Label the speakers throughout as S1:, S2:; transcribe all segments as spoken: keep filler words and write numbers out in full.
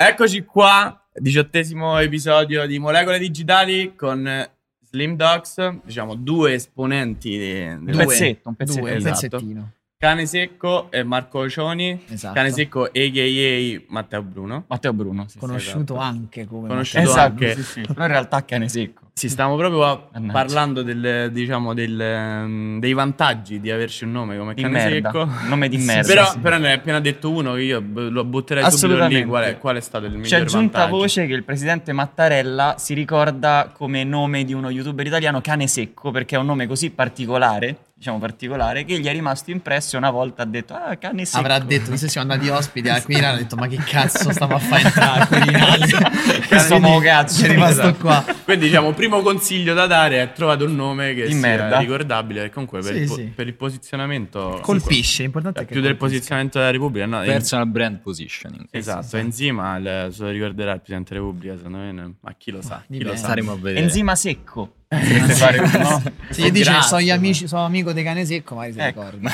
S1: Eccoci qua, diciottesimo episodio di Molecole Digitali con Slim Dogs, diciamo due esponenti di,
S2: un pezzetto, un pezzetto,
S3: due,
S1: esatto.
S3: pezzettino.
S1: Cane Secco e Marco Cioni.
S3: Esatto.
S1: Cane Secco a k a. Matteo Bruno.
S2: Matteo Bruno, sì,
S3: conosciuto
S1: esatto.
S3: anche come
S1: Conosciuto
S3: Matteo.
S2: esatto,
S1: anche.
S2: sì, sì. Però in realtà Cane Secco.
S1: Sì, stiamo proprio
S2: Mannaggia.
S1: parlando del, diciamo, del, um, dei vantaggi di averci un nome come
S2: Di
S1: Cane
S2: merda.
S1: Secco.
S2: Nome di
S3: Sì,
S2: merda.
S1: Però,
S2: sì.
S1: però ne hai appena detto uno che io b- lo butterei subito lì.
S2: Assolutamente.
S1: Qual è, qual è stato il miglior
S2: C'è giunta
S1: vantaggio?
S2: voce che il presidente Mattarella si ricorda come nome di uno youtuber italiano Cane Secco, perché è un nome così particolare, diciamo particolare, che gli è rimasto impresso e una volta ha detto ah, Cane Secco.
S3: Avrà detto, visto che siamo andati ospiti al Quirinale, ha detto ma che cazzo stavo a fare entrare al Quirinale?
S2: Questo mo cazzo.
S3: È rimasto
S1: Esatto.
S3: qua.
S1: Quindi diciamo primo consiglio da dare è trovate un nome che
S2: Di
S1: sia
S2: merda.
S1: ricordabile e comunque per,
S3: Sì,
S1: il po-
S3: sì.
S1: per il posizionamento
S3: Colpisce, l'importante è che
S1: più del
S3: colpisca.
S1: posizionamento della Repubblica, no,
S4: Personal brand positioning.
S1: esatto,
S3: sì, sì.
S1: Enzima il- se lo ricorderà il Presidente della Repubblica, secondo me, ne- ma chi lo sa, chi
S3: dipende.
S1: lo sa.
S4: Staremo a vedere.
S2: Enzima Secco. Potete fare un- no?
S3: Se gli dice
S1: Grazie,
S3: sono gli
S1: ma-
S3: amici, sono amico dei Cane Secco, magari si
S2: Ecco.
S3: ricorda.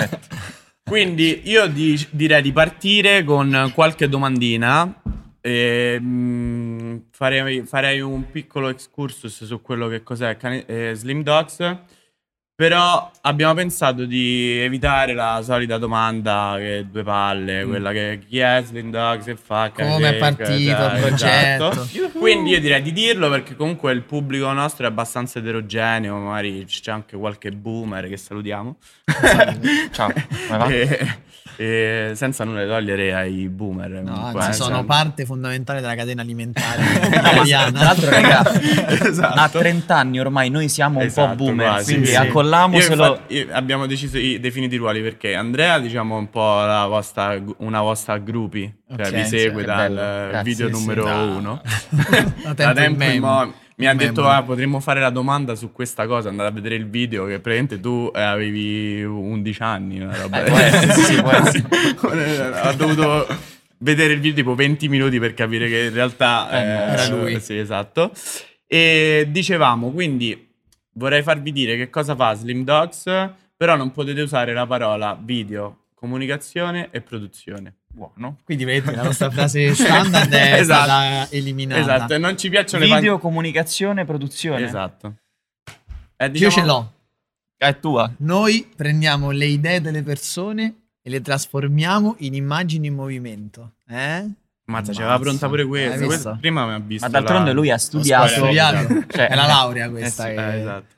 S1: Quindi io di- direi di partire con qualche domandina. E, mh, farei, farei un piccolo excursus su quello che cos'è Cane- eh, Slim Dogs. Però abbiamo pensato di evitare la solita domanda che è due palle, quella che chi è Slim Dogs, che fa, Cane
S3: Come è
S1: Secco,
S3: partito il
S1: esatto,
S3: progetto.
S1: esatto. Quindi io direi di dirlo perché comunque il pubblico nostro è abbastanza eterogeneo, magari c'è anche qualche boomer che salutiamo.
S2: Ciao, come va?
S1: e, e senza nulla togliere ai boomer.
S3: No,
S1: comunque,
S3: anzi,
S1: eh,
S3: sono
S1: cioè-
S3: parte fondamentale della catena alimentare italiana.
S2: Tra l'altro, raga,
S1: Esatto.
S2: a trenta anni ormai noi siamo un
S1: Esatto,
S2: po' boomer,
S1: quasi,
S2: quindi
S1: sì.
S2: accollamoselo.
S1: Io infatti- io- abbiamo deciso i definiti i ruoli perché Andrea, diciamo, un po' la vostra, una vostra groupie, cioè
S3: Ok,
S1: vi segue
S2: sì, che
S1: dal
S2: bello. Grazie,
S1: video
S3: sì,
S1: numero
S3: da-
S1: uno.
S3: Da
S1: Da tempo in
S3: memo.
S1: mo- mi ha
S3: In
S1: detto
S3: memory.
S1: ah, potremmo fare la domanda su questa cosa, andate a vedere il video che praticamente tu eh, avevi undici anni, una roba
S2: Eh, può essere, sì, sì, può
S1: ho dovuto vedere il video tipo venti minuti per capire che in realtà
S2: Eh,
S1: eh,
S3: era lui.
S1: Sì, esatto. E dicevamo, quindi vorrei farvi dire che cosa fa Slim Dogs, però non potete usare la parola video, comunicazione e produzione.
S2: Buono.
S3: Quindi vedete la nostra frase standard è
S1: Esatto.
S3: stata eliminata.
S1: Esatto, e non ci piacciono le
S2: Video, comunicazione, produzione.
S1: fan- Esatto. Eh,
S3: Io
S1: diciamo-
S3: ce l'ho.
S2: È tua.
S3: Noi prendiamo le idee delle persone e le trasformiamo in immagini in movimento. Eh?
S1: Mazza, c'aveva pronta pure
S3: Hai
S1: questa.
S3: visto?
S1: Questa- Prima mi ha visto
S2: Ma d'altronde
S1: la-
S2: lui ha
S3: Ho
S2: studiato.
S3: studiato.
S2: Cioè,
S3: è la laurea questa.
S1: Eh sì,
S3: che-
S1: eh, esatto.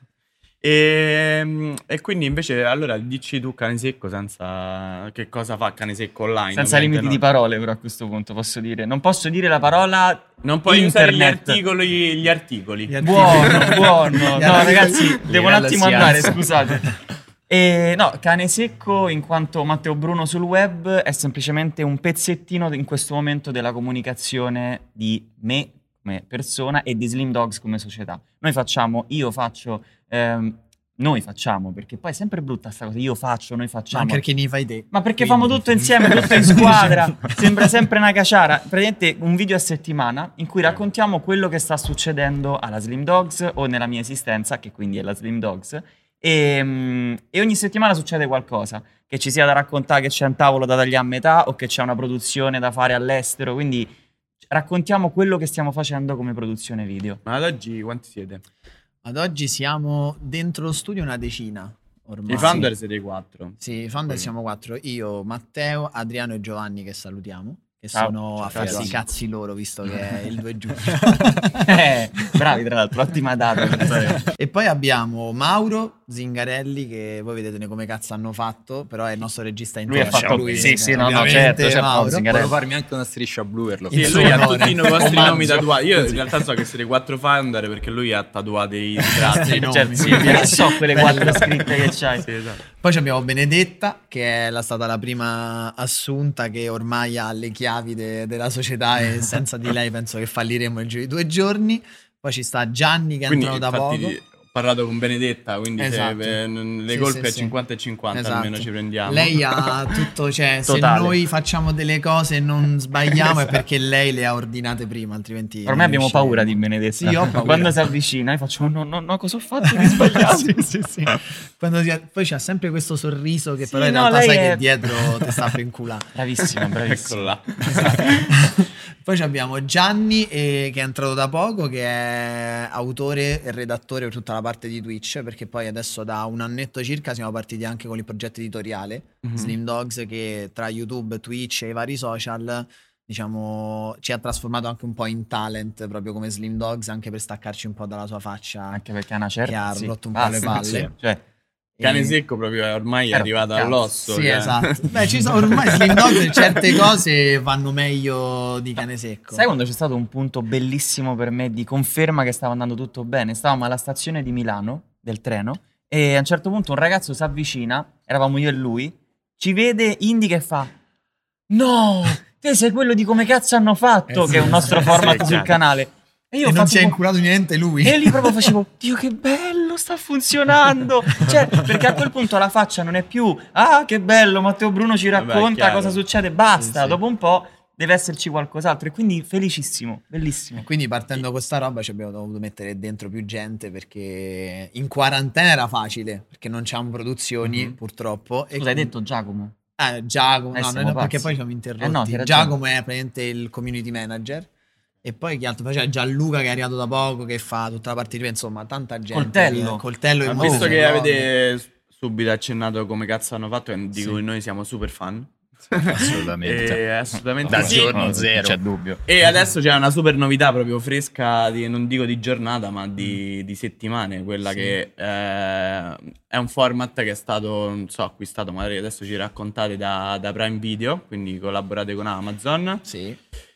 S1: E, e quindi invece allora dici tu Cane Secco senza che cosa fa Cane Secco online,
S2: Senza
S1: ovviamente
S2: limiti
S1: no.
S2: di parole, però a questo punto posso dire. Non posso dire la parola.
S1: Non puoi usare gli
S2: internet.
S1: articoli, gli articoli.
S3: Gli
S2: Buono, buono.
S3: Gli
S2: No,
S3: articoli-
S2: ragazzi, devo un
S4: livello
S2: attimo
S4: si
S2: andare,
S4: alza.
S2: scusate. E, no, Cane Secco, in quanto Matteo Bruno sul web, è semplicemente un pezzettino in questo momento della comunicazione di me come persona e di Slim Dogs come società. Noi facciamo, io faccio, ehm, noi facciamo, perché poi è sempre brutta sta cosa, io faccio, noi
S3: Ma
S2: facciamo.
S3: anche perché ne fai te.
S2: Ma perché
S3: Quindi-
S2: famo tutto insieme, tutto in squadra, sembra sempre una caciara. Praticamente un video a settimana in cui raccontiamo quello che sta succedendo alla Slim Dogs o nella mia esistenza, che quindi è la Slim Dogs, e, mm, e ogni settimana succede qualcosa, che ci sia da raccontare, che c'è un tavolo da tagliare a metà o che c'è una produzione da fare all'estero, quindi raccontiamo quello che stiamo facendo come produzione video.
S1: Ma ad oggi quanti siete?
S3: Ad oggi siamo dentro lo studio una decina. Ormai.
S1: I founder siete quattro.
S3: Sì, i founder
S1: Sì.
S3: siamo quattro. Io, Matteo, Adriano e Giovanni che salutiamo. Che
S2: Ciao.
S3: sono
S2: Ciao,
S3: a farsi
S2: Giovanni.
S3: i cazzi loro, visto che è il due giugno.
S2: Eh, bravi tra l'altro, ottima data.
S3: E poi abbiamo Mauro Zingarelli, che voi vedete come cazzo hanno fatto, però è il nostro regista
S2: Lui ha
S3: interno.
S2: fatto-
S3: Lui,
S2: sì, sì, no, no,
S3: ovviamente,
S2: certo, certo,
S3: Mauro.
S2: Zingarelli.
S4: Volevo farmi anche una striscia blu per lo
S3: Il
S1: Sì,
S3: suo
S1: lui ha
S3: onore.
S1: tutti i vostri
S3: Omaggio.
S1: nomi tatuati. Io in realtà so che siete quattro founder perché lui ha tatuato i ritratti.
S3: nomi.
S2: Certo, sì, io so quelle quattro scritte che c'hai.
S1: Sì, esatto.
S3: Poi abbiamo Benedetta, che è la, stata la prima assunta, che ormai ha le chiavi de- della società e senza di lei penso che falliremo il giro di due giorni. Poi ci sta Gianni che è
S1: Quindi
S3: entrato da
S1: infatti
S3: poco.
S1: ho parlato con Benedetta, quindi se,
S3: Esatto.
S1: eh, n- le
S3: Sì,
S1: colpe
S3: sì,
S1: è
S3: sì.
S1: cinquanta e cinquanta
S3: Esatto.
S1: almeno ci prendiamo.
S3: Lei ha tutto, cioè
S2: Totale.
S3: se noi facciamo delle cose e non sbagliamo è perché lei le ha ordinate prima, altrimenti
S2: Ormai
S3: non
S2: abbiamo
S3: riusciremo.
S2: paura di Benedetta.
S3: Sì, ho paura.
S2: Quando si avvicina, noi facciamo no, no, no, cosa ho fatto di sbagliato?
S3: sì, sì, sì. Quando si- poi c'ha sempre questo sorriso che
S2: Sì,
S3: però in
S2: no,
S3: realtà
S2: lei
S3: sai
S2: è-
S3: che dietro ti sta per inculare.
S2: Bravissima, bravissima.
S1: Eccolo là.
S3: Esatto. Poi abbiamo Gianni eh, che è entrato da poco, che è autore e redattore per tutta la parte di Twitch, perché poi adesso da un annetto circa siamo partiti anche con il progetto editoriale
S1: Mhm.
S3: Slim Dogs, che tra YouTube, Twitch e i vari social, diciamo, ci ha trasformato anche un po' in talent, proprio come Slim Dogs, anche per staccarci un po' dalla sua faccia.
S2: Anche perché è una certa...
S3: Che ha
S2: sì,
S3: rotto un po' le
S2: basta,
S3: palle.
S2: sì, cioè,
S1: Cane
S3: E-
S1: secco proprio ormai è
S2: Era
S1: arrivato
S2: cazzo.
S1: all'osso.
S3: Sì,
S1: cioè.
S3: esatto. Beh, ci sono ormai Slim Dogs, certe cose vanno meglio di cane secco.
S2: sai quando c'è stato un punto bellissimo per me di conferma che stava andando tutto bene? Stavamo alla stazione di Milano del treno e a un certo punto un ragazzo si avvicina, eravamo io e lui, ci vede, indica e fa: no, te sei quello di Come cazzo hanno fatto,
S3: Eh sì,
S2: che è un nostro
S1: sì,
S2: format
S1: sì,
S2: sul
S1: chiaro.
S2: canale. E io
S3: E
S2: ho
S3: non
S2: fatto
S3: si è
S2: tipo-
S3: inculato niente lui.
S2: E lì proprio facevo, Dio che bello, sta funzionando. Cioè, perché a quel punto la faccia non è più, ah che bello, Matteo Bruno ci
S1: Vabbè,
S2: racconta
S1: chiaro.
S2: cosa succede, basta.
S3: Sì, sì.
S2: Dopo un po' deve esserci qualcos'altro. E quindi felicissimo, bellissimo.
S3: E quindi partendo con sta roba ci abbiamo dovuto mettere dentro più gente, perché in quarantena era facile, perché non c'avevamo produzioni
S1: Mhm.
S3: purtroppo. E
S2: Scusa, hai
S3: quindi-
S2: detto Giacomo?
S3: Eh, Giacomo,
S2: Eh,
S3: no,
S2: siamo
S3: no, perché
S2: pazzi.
S3: poi siamo interrotti.
S2: Eh no, ti ragione.
S3: Giacomo è praticamente il community manager. E poi chi altro faceva? Gianluca che è arrivato da poco, che fa tutta la parte di... Insomma, tanta gente.
S2: Coltello.
S3: eh, Coltello e
S1: Ma
S3: Maurizio
S1: visto che
S3: Romi.
S1: avete subito accennato come cazzo hanno fatto, e di
S3: Sì.
S1: cui noi siamo super fan.
S4: Assolutamente.
S1: E assolutamente
S4: Da
S1: sì.
S4: giorno
S2: non
S4: zero.
S2: c'è dubbio.
S1: E adesso c'è una super novità proprio fresca, di- non dico di giornata, ma di, di settimane, quella
S3: Sì.
S1: che eh, è un format che è stato, non so, acquistato, magari adesso ci raccontate da, da Prime Video, quindi collaborate con Amazon.
S3: Sì.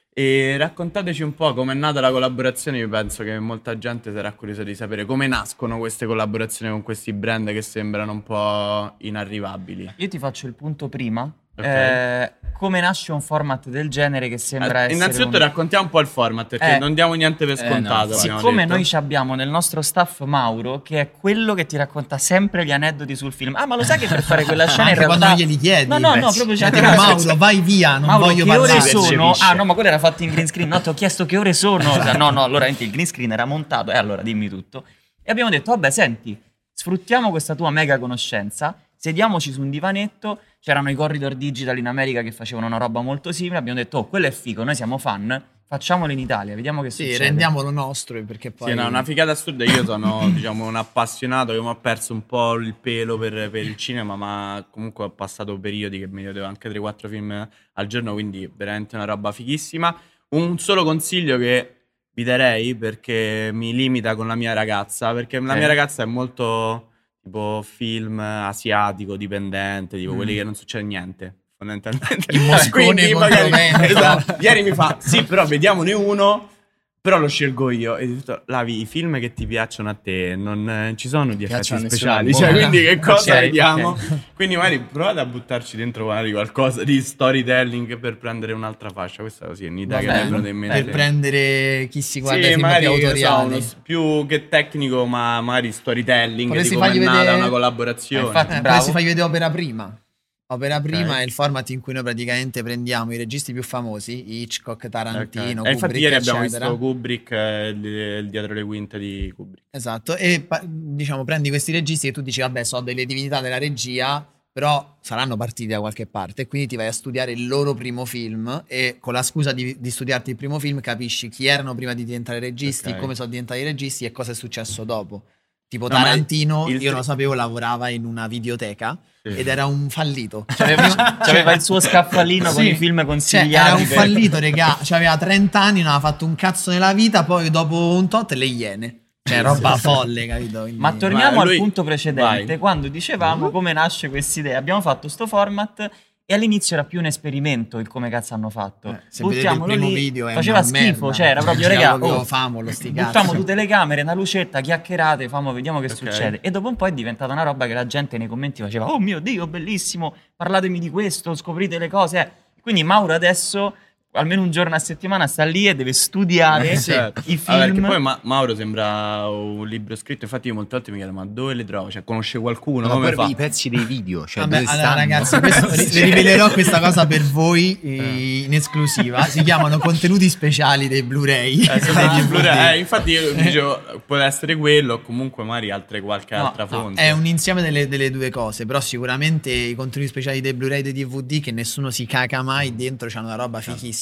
S1: E raccontateci un po' com'è nata la collaborazione. Io penso che molta gente sarà curiosa di sapere come nascono queste collaborazioni con questi brand che sembrano un po' inarrivabili.
S2: Io ti faccio il punto prima.
S1: Ok.
S2: Eh, come nasce un format del genere che sembra
S1: Eh,
S2: essere
S1: innanzitutto
S2: un...
S1: raccontiamo un po' il format, perché
S2: Eh.
S1: non diamo niente per
S4: Eh,
S1: scontato.
S4: no.
S1: abbiamo
S2: Siccome
S1: detto.
S2: noi ci abbiamo nel nostro staff Mauro, che è quello che ti racconta sempre gli aneddoti sul film. Ah, ma lo sai che per fare quella scena in
S3: Anche
S2: realtà...
S3: quando non glieli chiedi.
S2: No, no,
S3: Beh,
S2: no,
S3: sì.
S2: proprio
S3: Cioè,
S2: c'è
S3: tipo,
S2: una-
S3: Mauro, vai via, non
S2: Mauro,
S3: voglio
S2: che ore
S3: parlare.
S2: sono?
S4: percepisce.
S2: Ah no, ma quello era fatto in green screen. No, ti ho chiesto che ore sono. Cioè, no, no, allora il green screen era montato. E allora dimmi tutto. E abbiamo detto, vabbè, senti, sfruttiamo questa tua mega conoscenza, sediamoci su un divanetto. C'erano i Corridor Digital in America che facevano una roba molto simile. Abbiamo detto, oh, quello è figo, noi siamo fan, facciamolo in Italia, vediamo che
S3: Sì,
S2: succede.
S3: rendiamolo nostro, perché poi...
S1: Sì, no, una figata assurda. Io sono, diciamo, un appassionato che mi ho perso un po' il pelo per, per il cinema, ma comunque ho passato periodi che mi vedevo anche tre quattro film al giorno, quindi veramente una roba fighissima. Un solo consiglio che vi darei, perché mi limita con la mia ragazza, perché la
S2: Ok.
S1: mia ragazza è molto tipo film asiatico, dipendente, tipo
S3: Mm.
S1: quelli che non succede niente. Fondamentalmente.
S3: Il Moscone
S1: Quindi
S3: contro
S1: magari-
S3: Vento.
S1: esatto. Ieri mi fa, sì, però vediamone uno, però lo scelgo io. E ho detto, Lavi, i film che ti piacciono a te non eh, ci sono di effetti
S4: Piacciono a nessuno
S1: speciali,
S4: al
S1: cioè,
S4: mondo.
S1: quindi che cosa
S2: Ok,
S1: vediamo?
S2: ok.
S1: Quindi magari provate a buttarci dentro magari qualcosa di storytelling per prendere un'altra fascia. Questa così è un'idea che mi è
S2: Vabbè,
S1: venuta in mente.
S3: Per prendere chi si guarda i
S1: Sì,
S3: film
S1: magari
S3: più
S1: che so,
S3: autoriali.
S1: uno s- più che tecnico, ma magari storytelling,
S3: Potresti
S1: di come è
S3: fargli
S1: nata
S3: vedere-
S1: una collaborazione.
S2: Eh, infatti-
S3: Eh,
S2: Bravo.
S3: potresti fargli vedere Opera Prima. Opera
S1: Ok.
S3: Prima è il format in cui noi praticamente prendiamo i registi più famosi, Hitchcock, Tarantino,
S1: Ok.
S3: Kubrick,
S1: E infatti ieri abbiamo
S3: eccetera.
S1: visto Kubrick, eh, il, il dietro le quinte di Kubrick.
S3: Esatto, e pa- diciamo prendi questi registi che tu dici vabbè so delle divinità della regia, però saranno partiti da qualche parte, e quindi ti vai a studiare il loro primo film e con la scusa di, di studiarti il primo film capisci chi erano prima di diventare registi,
S1: Ok.
S3: come sono diventati registi e cosa è successo dopo. Tipo
S1: No, ma
S3: Tarantino,
S1: il-
S3: io lo sapevo, lavorava in una videoteca
S1: Sì.
S3: ed era un fallito.
S2: C'aveva, c'aveva il suo scaffalino con
S3: Sì.
S2: i film
S3: Cioè,
S2: consigliati.
S3: era un
S2: per-
S3: fallito, regà. Cioè, aveva trenta anni, non aveva fatto un cazzo nella vita. Poi, dopo un tot, le iene. Cioè, roba folle, capito? Quindi-
S2: Ma torniamo
S1: Ma lui-
S2: al punto precedente,
S1: vai.
S2: quando dicevamo come nasce questa idea. Abbiamo fatto sto format e all'inizio era più un esperimento il come cazzo hanno fatto.
S3: Eh, se vedete il
S2: Buttiamolo
S3: primo
S2: lì,
S3: video, è
S2: faceva
S3: una
S2: schifo,
S3: merda.
S2: cioè era proprio,
S3: C'era
S2: regà,
S3: proprio
S2: oh,
S3: famolo, sti
S2: buttiamo
S3: cazzi.
S2: tutte le camere, una lucetta, chiacchierate, famo, vediamo che
S1: Ok.
S2: succede. E dopo un po' è diventata una roba che la gente nei commenti faceva, oh mio Dio, bellissimo, parlatemi di questo, scoprite le cose. eh. Quindi Mauro adesso, almeno un giorno a settimana, sta lì e deve studiare
S1: Eh, certo.
S2: i
S1: Ah, perché
S2: film.
S1: poi Ma- Mauro sembra un libro scritto. Infatti, io molte volte mi chiedo: ma dove le trovo? Cioè, conosce qualcuno?
S4: Ma
S1: come
S4: poi
S1: fa?
S4: i pezzi dei video, cioè
S3: Vabbè,
S4: dove
S3: allora,
S4: stanno?
S3: ragazzi, questo, ri- vi rivelerò questa cosa per voi eh, in esclusiva. Si chiamano contenuti speciali dei Blu-ray.
S1: Eh, sono
S3: Dei
S1: degli
S3: D V D.
S1: Blu-ray. Eh, infatti, io mi dicevo, può essere quello, o comunque magari altre, qualche
S2: No,
S1: altra
S2: no,
S1: fonte.
S3: È un insieme delle, delle due cose, però sicuramente i contenuti speciali dei Blu-ray e dei D V D che nessuno si caca mai dentro, c'hanno una roba fichissima.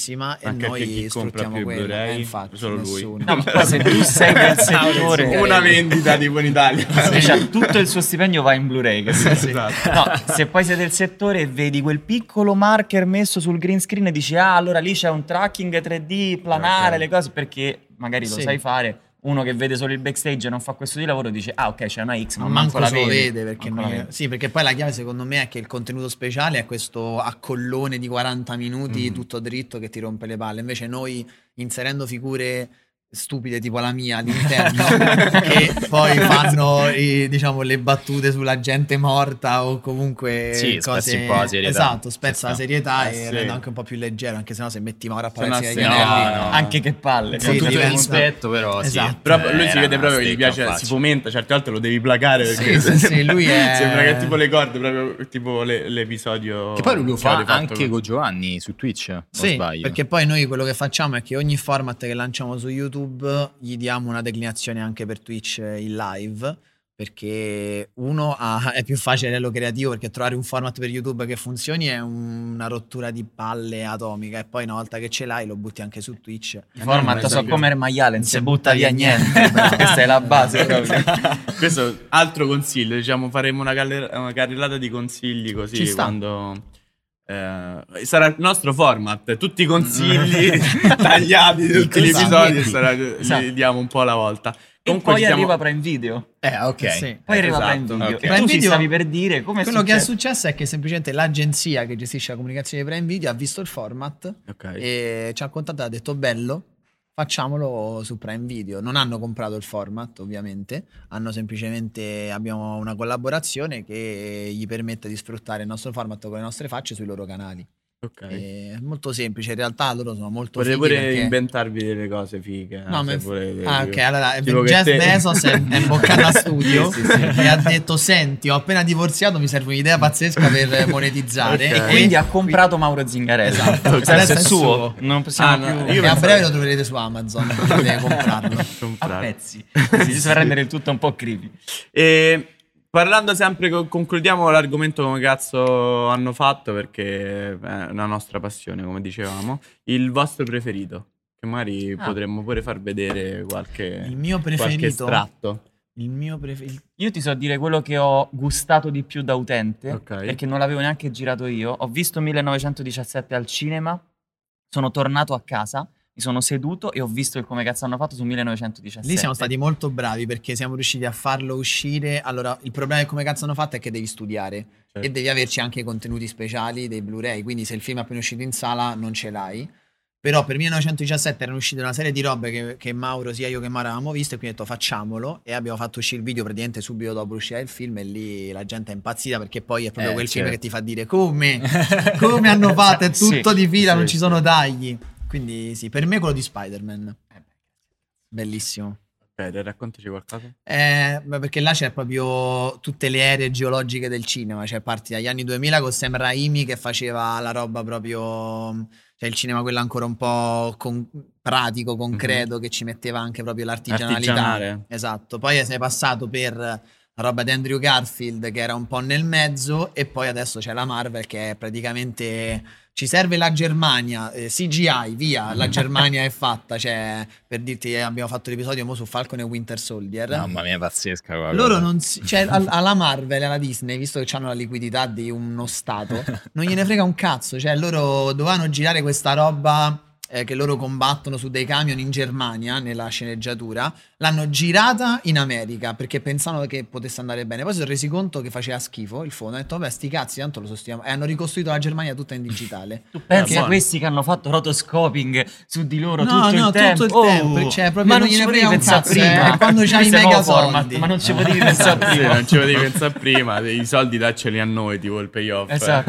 S3: bellissima e
S1: Anche perché
S3: noi
S1: chi compra
S3: sfruttiamo
S1: più i
S3: quella.
S1: Blu-ray?
S3: Eh, infatti,
S1: Solo lui.
S3: nessuno.
S2: No, ma se tu sei del settore,
S1: Una vendita tipo in Italia.
S2: cioè, tutto il suo stipendio va in Blu-ray. Che sì, sì.
S1: Esatto.
S2: No, se poi sei del settore e vedi quel piccolo marker messo sul green screen e dici ah allora lì c'è un tracking tre D planare,
S1: Ok.
S2: le cose, perché magari lo
S3: Sì.
S2: sai fare. Uno che vede solo il backstage e non fa questo di lavoro dice ah ok c'è una X ma
S3: Ma
S2: manco
S3: manco
S2: la
S3: se lo
S2: vedi.
S3: vede perché,
S2: Manco la
S3: noi-
S2: vedi.
S3: sì, perché poi la chiave secondo me è che il contenuto speciale è questo accollone di quaranta minuti
S1: Mm.
S3: tutto dritto che ti rompe le palle. Invece noi inserendo figure stupide tipo la mia all'interno che poi fanno i- diciamo le battute sulla gente morta o comunque
S4: Sì,
S3: cose
S4: spezzi un po' la serietà.
S3: esatto,
S4: Ci
S3: spezza
S4: sta.
S3: la serietà
S1: Eh,
S3: e
S1: sì.
S3: rende anche un po' più leggero, anche se no se metti ora a
S1: Se no
S3: parlare
S1: sì,
S3: di
S1: no,
S3: anelli
S4: no.
S2: Anche che palle.
S3: Sì,
S4: Con tutto il
S3: diventa-
S4: rispetto, però sì.
S3: Esatto.
S1: Però lui si
S4: Era
S1: vede
S4: una
S1: proprio che gli
S4: stecca
S1: piace,
S4: facile.
S1: si fomenta, certe volte lo devi placare perché
S3: Sì, sì, sì, lui è-
S1: sembra che tipo le corde, proprio tipo le- l'episodio
S4: Che poi lui lo
S1: che avete
S4: fa
S1: fatto
S4: anche
S1: con-
S4: con Giovanni su Twitch, o
S3: Sì,
S4: sbaglio?
S3: perché poi noi quello che facciamo è che ogni format che lanciamo su YouTube gli diamo una declinazione anche per Twitch in live, perché uno ha- è più facile a livello creativo, perché trovare un format per YouTube che funzioni è un- una rottura di palle atomica, e poi una volta che ce l'hai lo butti anche su Twitch.
S2: I format
S1: non è
S2: so
S1: che-
S2: come il maiale, non
S3: non
S2: si
S3: si
S2: butta
S3: butta
S2: via
S3: via
S2: niente.
S3: niente, bravo.
S2: Questa è la base proprio.
S1: Questo altro consiglio, diciamo, faremo una, caller- una carrellata di consigli così
S3: Ci sta.
S1: quando eh, sarà il nostro format, tutti i consigli tagliati di tutti gli
S3: Esatto.
S1: episodi e sarà-
S2: Esatto.
S1: li diamo un po' alla volta.
S2: E
S1: Comunque
S2: poi
S1: ci siamo-
S2: arriva Prime Video.
S4: Eh, ok.
S3: Sì.
S2: Poi arriva
S1: esatto,
S2: Prime Video.
S1: ok.
S2: E
S3: Prime
S2: tu ci
S3: Video-
S2: stavi per dire come è
S3: Quello che è
S2: successo?
S3: successo è che semplicemente l'agenzia che gestisce la comunicazione di Prime Video ha visto il format
S1: Ok.
S3: e ci ha contattato e ha detto bello, facciamolo su Prime Video. Non hanno comprato il format ovviamente, hanno semplicemente, abbiamo una collaborazione che gli permette di sfruttare il nostro format con le nostre facce sui loro canali.
S1: Ok.
S3: E è molto semplice, in realtà loro sono molto
S1: Potete
S3: fighi
S1: pure
S3: perché...
S1: inventarvi delle cose fighe.
S3: No,
S1: eh,
S3: ma
S1: se
S3: inf-
S1: volete.
S3: ah, ok, allora
S1: Tipo che
S3: Jeff
S1: te-
S3: Bezos è, è imboccato a studio
S1: Sì, sì, sì.
S3: e ha detto senti, ho appena divorziato, mi serve un'idea pazzesca per monetizzare.
S1: Ok.
S2: E quindi ha comprato Mauro Zingarelli.
S3: Esatto.
S2: Adesso
S3: Adesso
S2: è
S3: è
S2: suo.
S3: suo.
S2: Non possiamo
S1: Ah, no,
S2: più...
S1: io
S3: e a
S1: pensavo-
S3: breve lo troverete su Amazon, potete comprarlo.
S2: A
S1: comprare.
S2: pezzi. Così si fa rendere il tutto un po' creepy.
S1: E parlando sempre, co- concludiamo l'argomento come cazzo hanno fatto, perché è una nostra passione, come dicevamo. Il vostro preferito, che magari
S2: Ah.
S1: potremmo pure far vedere qualche,
S3: Il mio
S1: qualche
S3: preferito,
S1: estratto.
S3: il mio preferito,
S2: Io ti so dire quello che ho gustato di più da utente,
S1: Ok.
S2: perché non l'avevo neanche girato io. Ho visto millenovecentodiciassette al cinema, sono tornato a casa, mi sono seduto e ho visto il come cazzo hanno fatto su millenovecentodiciassette.
S3: lì siamo stati molto bravi perché siamo riusciti a farlo uscire. Allora, il problema è come cazzo hanno fatto è che devi studiare
S1: Certo.
S3: e devi averci anche i contenuti speciali dei Blu-ray, quindi se il film è appena uscito in sala non ce l'hai. Però per millenovecentodiciassette erano uscite una serie di robe che, che Mauro, sia io che Mauro avevamo visto, e quindi ho detto facciamolo, e abbiamo fatto uscire il video praticamente subito dopo l'uscita del film, e lì la gente è impazzita perché poi è proprio
S4: Eh,
S3: quel film
S4: certo.
S3: che ti fa dire come, come hanno fatto, è tutto
S2: Sì,
S3: di fila,
S1: sì,
S3: non ci
S1: sì.
S3: sono tagli. Quindi sì, per me quello di Spider-Man, bellissimo.
S1: Ok, te raccontaci qualcosa?
S3: Eh, beh, perché là c'è proprio tutte le aree geologiche del cinema, cioè parti dagli anni duemila con Sam Raimi che faceva la roba proprio, cioè il cinema quello ancora un po' con- pratico, concreto, che ci metteva anche proprio l'artigianalità.
S1: Artigianale.
S3: Esatto, poi sei passato per la roba di Andrew Garfield che era un po' nel mezzo, e poi adesso c'è la Marvel che è praticamente... Ci serve la Germania, eh, C G I, via, la Germania è fatta, cioè per dirti, eh, abbiamo fatto l'episodio mo su Falcon e Winter Soldier.
S4: Mamma mia, pazzesca quella
S3: Loro
S4: cosa.
S3: non si, cioè al- alla Marvel e alla Disney, visto che hanno la liquidità di uno stato, non gliene frega un cazzo, cioè loro dovevano girare questa roba eh, che loro combattono su dei camion in Germania nella sceneggiatura, l'hanno girata in America perché pensavano che potesse andare bene, poi si sono resi conto che faceva schifo il fondo, hanno detto vabbè sti cazzi tanto lo sostiamo, e hanno ricostruito la Germania tutta in digitale.
S2: Tu pensi
S1: Eh,
S2: a
S1: buono.
S2: questi che hanno fatto rotoscoping su di loro
S3: No,
S2: tutto
S3: no,
S2: il tempo?
S3: tutto il tempo,
S2: Oh,
S3: cioè, proprio
S2: ma
S3: non
S2: non
S3: gliene
S2: ci
S3: frega
S2: potevi
S3: un
S2: pensare
S3: cazzo,
S2: prima.
S3: eh, quando c'hai
S2: Questo
S3: i
S2: è il nuovo
S3: mega
S2: format,
S3: soldi.
S2: ma non ci potevi pensare
S1: Sì,
S2: prima.
S1: non ci potevi pensare prima, i soldi dacceli a noi, tipo il payoff.
S2: Esatto.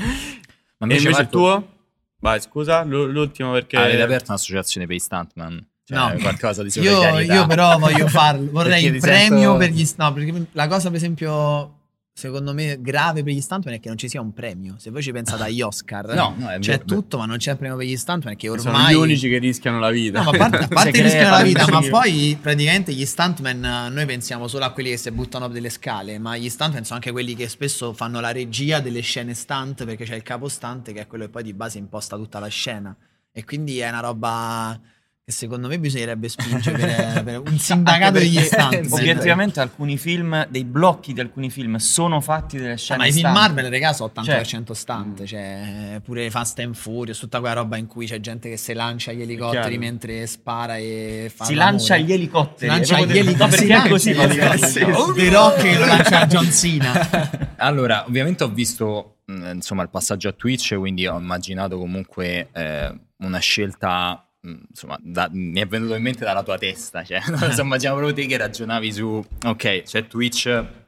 S1: E
S4: Ma
S1: invece il
S4: Marco,
S1: tuo? Vai, scusa, l- l'ultimo perché...
S4: avete aperto un'associazione per i stuntman? Cioè,
S3: No.
S4: qualcosa di
S3: Io,
S4: solidarietà.
S3: io però voglio farlo, vorrei
S4: Perché
S3: il
S4: ti
S3: premio
S4: sento-
S3: per gli no, perché la cosa per esempio secondo me grave per gli stuntman è che non ci sia un premio. Se voi ci pensate agli Oscar,
S4: No, no, è
S3: c'è
S4: vero.
S3: tutto, ma non c'è il premio per gli stuntman, che
S1: sono
S3: ormai
S1: gli unici che rischiano la vita.
S3: No, ma a parte, a parte
S2: Se
S3: che rischiano la
S2: crepano,
S3: vita, ma
S2: sì.
S3: poi praticamente gli stuntman, eh, noi pensiamo solo a quelli che si buttano delle scale, ma gli stuntman sono anche quelli che spesso fanno la regia delle scene stunt, perché c'è il capo stunt che è quello che poi di base imposta tutta la scena. E quindi è una roba che secondo me bisognerebbe spingere per, per un sindacato degli stuntman.
S2: Obiettivamente alcuni film, dei blocchi di alcuni film sono fatti delle scene
S3: Ma i film
S2: stunt.
S3: Marvel, raga, sono ottanta per cento
S2: Cioè,
S3: stunt, cioè pure Fast and Furious, tutta quella roba in cui c'è gente che si lancia gli elicotteri
S1: chiaro.
S3: mentre spara e fa
S2: si
S3: l'amore.
S2: lancia gli elicotteri.
S3: Si lancia
S2: È
S3: gli
S2: proprio-
S3: elicotteri.
S2: No, perché
S3: Si
S2: è così.
S3: lancia gli elicotteri. The Rock che lo lancia a John Cena.
S4: Allora, ovviamente ho visto mh, insomma il passaggio a Twitch, quindi ho immaginato comunque eh, una scelta, mh, insomma, da- mi è venuto in mente dalla tua testa, cioè, non lo so, immaginavo proprio te che ragionavi su, ok, c'è Twitch,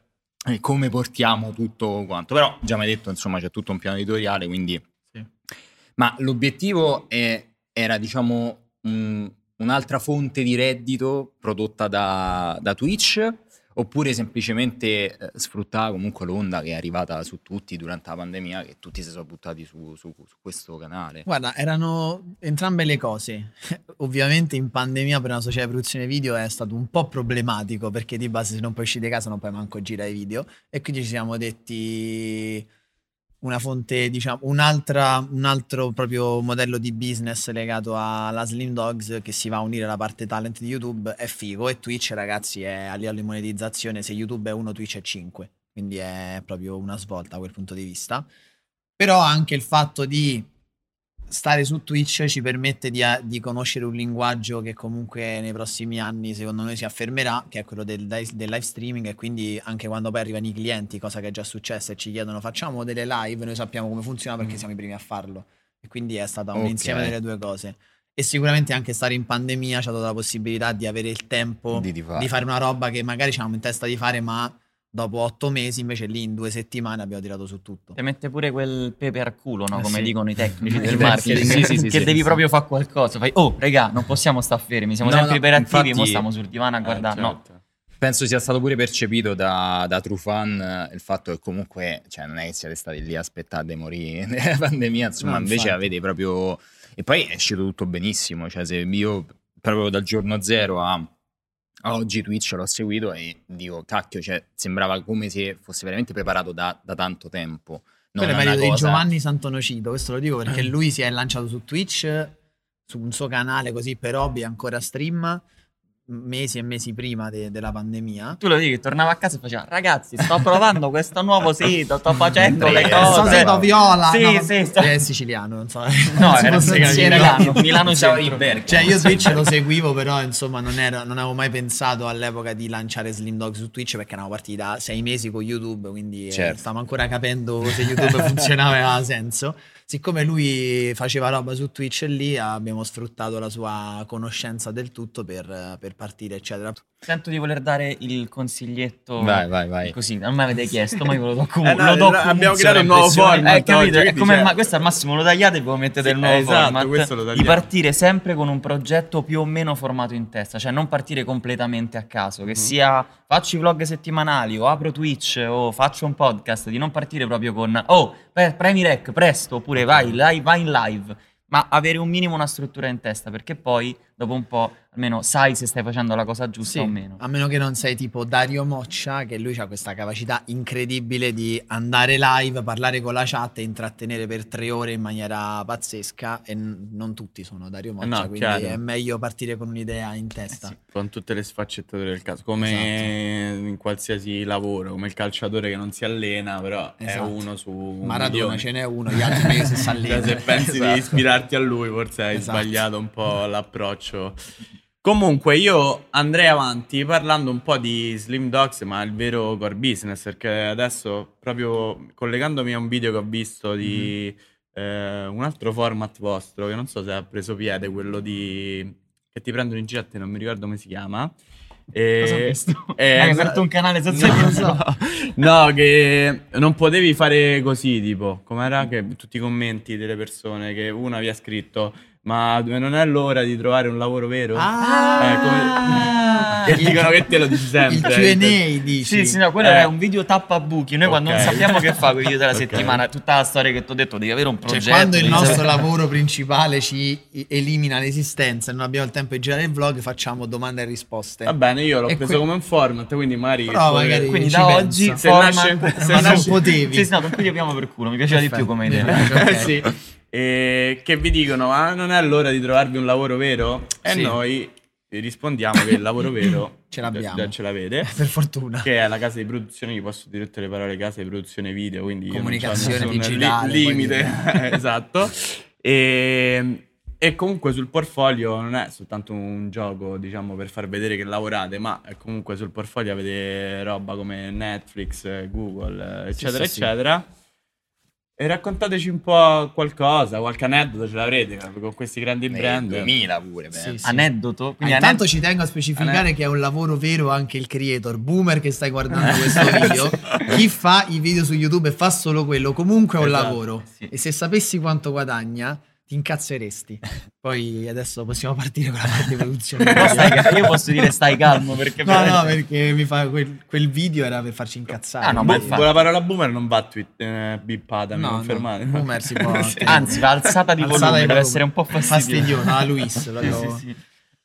S4: e come portiamo tutto quanto, però già mi hai detto, insomma, c'è tutto un piano editoriale, quindi...
S1: Sì.
S4: Ma l'obiettivo è- era, diciamo, un- un'altra fonte di reddito prodotta da, da Twitch, oppure semplicemente eh, sfruttare comunque l'onda che è arrivata su tutti durante la pandemia, che tutti si sono buttati su, su- su questo canale?
S3: Guarda, erano entrambe le cose. Ovviamente in pandemia per una società di produzione video è stato un po' problematico, perché di base se non puoi uscire di casa non puoi manco girare i video, e quindi ci siamo detti una fonte, diciamo, un'altra, un altro proprio modello di business legato alla Slim Dogs che si va a unire alla parte talent di YouTube è figo, e Twitch, ragazzi, è a livello di monetizzazione, se YouTube è uno, Twitch è cinque, quindi è proprio una svolta da quel punto di vista. Però anche il fatto di stare su Twitch ci permette di, di conoscere un linguaggio che comunque nei prossimi anni secondo noi si affermerà, che è quello del, del live streaming, e quindi anche quando poi arrivano i clienti, cosa che è già successa, e ci chiedono facciamo delle live, noi sappiamo come funziona perché siamo i primi a farlo, e quindi è stata un
S4: Ok.
S3: insieme delle due cose. E sicuramente anche stare in pandemia ci ha dato la possibilità di avere il tempo
S4: Di- di fare.
S3: di fare una roba che magari c'avevamo in testa di fare, ma dopo otto mesi invece lì in due settimane abbiamo tirato su tutto.
S2: Ti mette pure quel pepe al culo, no?
S3: Eh
S2: Come
S3: sì.
S2: dicono i tecnici
S3: I
S2: del
S3: tecnici.
S2: marketing,
S4: Sì, sì, sì,
S2: che
S4: sì,
S2: devi
S4: sì.
S2: proprio fare qualcosa. Fai, oh, regà, non possiamo stare fermi, siamo
S4: No,
S2: sempre
S4: no,
S2: iperattivi,
S4: infatti-
S2: mo stiamo sul divano a guardare.
S1: Eh,
S2: No,
S1: certo.
S4: Penso sia stato pure percepito da, da true fan eh, il fatto che comunque, cioè, non è che siete stati lì a aspettare di morire nella pandemia, insomma,
S3: No,
S4: invece
S3: infatti.
S4: avete proprio... E poi è uscito tutto benissimo, cioè se io proprio dal giorno zero a, a oggi Twitch l'ho seguito e dico, cacchio, cioè, sembrava come se fosse veramente preparato da, da tanto tempo. Non
S3: Quello è
S4: una
S3: merito di
S4: cosa-
S3: Giovanni Santonocito, questo lo dico perché lui si è lanciato su Twitch, su un suo canale così per hobby, ancora stream, mesi e mesi prima de- della pandemia.
S2: tu lo dici che tornava a casa e faceva, ragazzi, sto provando questo nuovo sito, sto facendo le
S4: Eh,
S2: cose.
S3: Sto sito viola.
S2: Sì,
S3: no,
S2: sì, sto-
S3: è siciliano, non so.
S2: No,
S3: non si
S2: era
S3: può
S2: sì,
S3: sapere.
S2: Milano, Milano
S4: Pensavo
S2: centro.
S4: di Bergamo.
S3: Cioè io Twitch lo seguivo, però insomma non, ero, non avevo mai pensato all'epoca di lanciare Slim Dog su Twitch, perché eravamo partiti da sei mesi con YouTube, quindi eh,
S4: Certo.
S3: stavamo ancora capendo se YouTube funzionava e aveva senso. Siccome lui faceva roba su Twitch, e lì abbiamo sfruttato la sua conoscenza del tutto per, per partire, eccetera.
S2: Sento di voler dare il consiglietto.
S4: Vai, vai, vai.
S2: Così, non me l'avete chiesto, ma io ve lo do comunque.
S1: Eh, no,
S2: lo do
S1: no, abbiamo
S2: comunque.
S1: creato un nuovo
S2: Sono
S1: format
S2: Eh, capito?
S1: oggi,
S2: È
S1: quindi
S2: come
S1: c'è-
S2: ma- questo al massimo lo tagliate e voi mettete il
S1: Sì,
S2: nuovo
S1: esatto,
S2: format.
S1: questo lo
S2: Di
S1: tagliamo.
S2: partire sempre con un progetto più o meno formato in testa, cioè non partire completamente a caso, che
S1: Mhm.
S2: sia faccio i vlog settimanali o apro Twitch o faccio un podcast, di non partire proprio con oh, pre- premi rec presto, oppure vai, live, vai in live. Ma avere un minimo una struttura in testa, perché poi dopo un po' almeno sai se stai facendo la cosa giusta o meno.
S3: A meno che non sei tipo Dario Moccia, che lui ha questa capacità incredibile di andare live, parlare con la chat e intrattenere per tre ore in maniera pazzesca, e n- non tutti sono Dario Moccia,
S1: no,
S3: quindi
S1: chiaro.
S3: è meglio partire con un'idea in testa.
S2: sì.
S1: Con tutte le sfaccettature del caso, come in qualsiasi lavoro, come il calciatore che non si allena, però è
S3: Esatto.
S1: uno su un
S3: Maradona
S1: milione.
S3: ce n'è uno, gli altri meglio se si
S1: Cioè,
S3: allena.
S1: se pensi
S3: Esatto.
S1: di ispirarti a lui, forse hai
S3: Esatto.
S1: sbagliato un po' l'approccio. Comunque, io andrei avanti parlando un po' di Slim Dogs, ma il vero core business, perché adesso, proprio collegandomi a un video che ho visto di eh, un altro format vostro, che non so se ha preso piede, quello di che ti prendono in giro a te, non mi ricordo come si chiama. E-
S2: Cosa ho visto?
S1: eh,
S2: Hai aperto un canale senza
S1: No,
S2: che lo
S1: no, no, che non potevi fare così, tipo, com'era che tutti i commenti delle persone, che una vi ha scritto, ma non è l'ora di trovare un lavoro vero?
S3: Ah!
S1: Eh, come- e dicono che te lo dici
S3: Il
S1: sempre.
S3: Q and A dici.
S2: Sì, sì, no, quello
S1: Eh.
S2: è un video tappabuchi. Noi quando non
S1: Ok.
S2: sappiamo che fa quei video della
S1: Ok.
S2: settimana, tutta la storia che ti ho detto, devi avere un
S3: Cioè,
S2: progetto.
S3: quando il
S2: devi
S3: nostro
S2: sapere-
S3: lavoro principale ci elimina l'esistenza e non abbiamo il tempo di girare il vlog, facciamo domande e risposte.
S1: Va bene, io l'ho
S3: E
S1: preso
S3: que-
S1: come un format, quindi magari...
S3: Però
S1: poi-
S3: magari-
S2: Quindi
S3: ci
S2: da
S3: penso.
S2: oggi
S1: Se
S2: format-
S1: nasce- se
S3: Ma non
S1: nasce-
S3: potevi.
S2: Sì, sì, no, non pigliamo per culo, mi piaceva di più come idea.
S3: Ok.
S1: Eh, sì. e che vi dicono ma non è l'ora di trovarvi un lavoro vero? E
S3: Sì.
S1: noi vi rispondiamo che il lavoro vero
S3: Ce l'abbiamo.
S1: già ce l'avete,
S3: Per fortuna.
S1: che è la casa di produzione, vi posso dire tutte le parole, casa di produzione video, quindi io non c'ho
S3: Comunicazione
S1: nessun
S3: digitale,
S1: li-
S3: poi
S1: limite. Esatto. E, e comunque sul portfolio non è soltanto un gioco, diciamo, per far vedere che lavorate, ma è comunque sul portfolio avete roba come Netflix, Google, eccetera,
S3: sì, sì.
S1: eccetera. E raccontateci un po' qualcosa, qualche aneddoto ce l'avrete con questi grandi
S4: Nel
S1: brand.
S4: duemila pure,
S3: Sì,
S4: beh.
S3: sì.
S2: Aneddoto?
S3: Ah,
S2: Quindi
S3: intanto
S2: aned-
S3: ci tengo a specificare
S1: Ane-
S3: che è un lavoro vero anche il creator boomer che stai guardando questo video. Chi fa i video su YouTube e fa solo quello comunque è un
S1: Esatto,
S3: lavoro.
S2: sì.
S3: E se sapessi quanto guadagna ti incazzeresti. Poi adesso possiamo partire con la parte di produzione.
S2: Però stai ca- io posso dire stai calmo perché
S3: No, no, perché mi fa quel, quel video era per farci incazzare.
S2: Ah, no, ma
S1: Boh,
S2: infatti.
S1: con la parola boomer non va tweet, eh, bippata, mi
S3: No, no,
S1: confermate?
S3: boomer si può-
S1: Sì.
S2: Anzi, va alzata di
S3: Alzata
S2: volume,
S3: di
S2: deve
S3: volume.
S2: essere un po' fastidioso.
S3: Fastidioso, la Luis.
S2: Sì,
S3: proprio-
S2: sì, sì.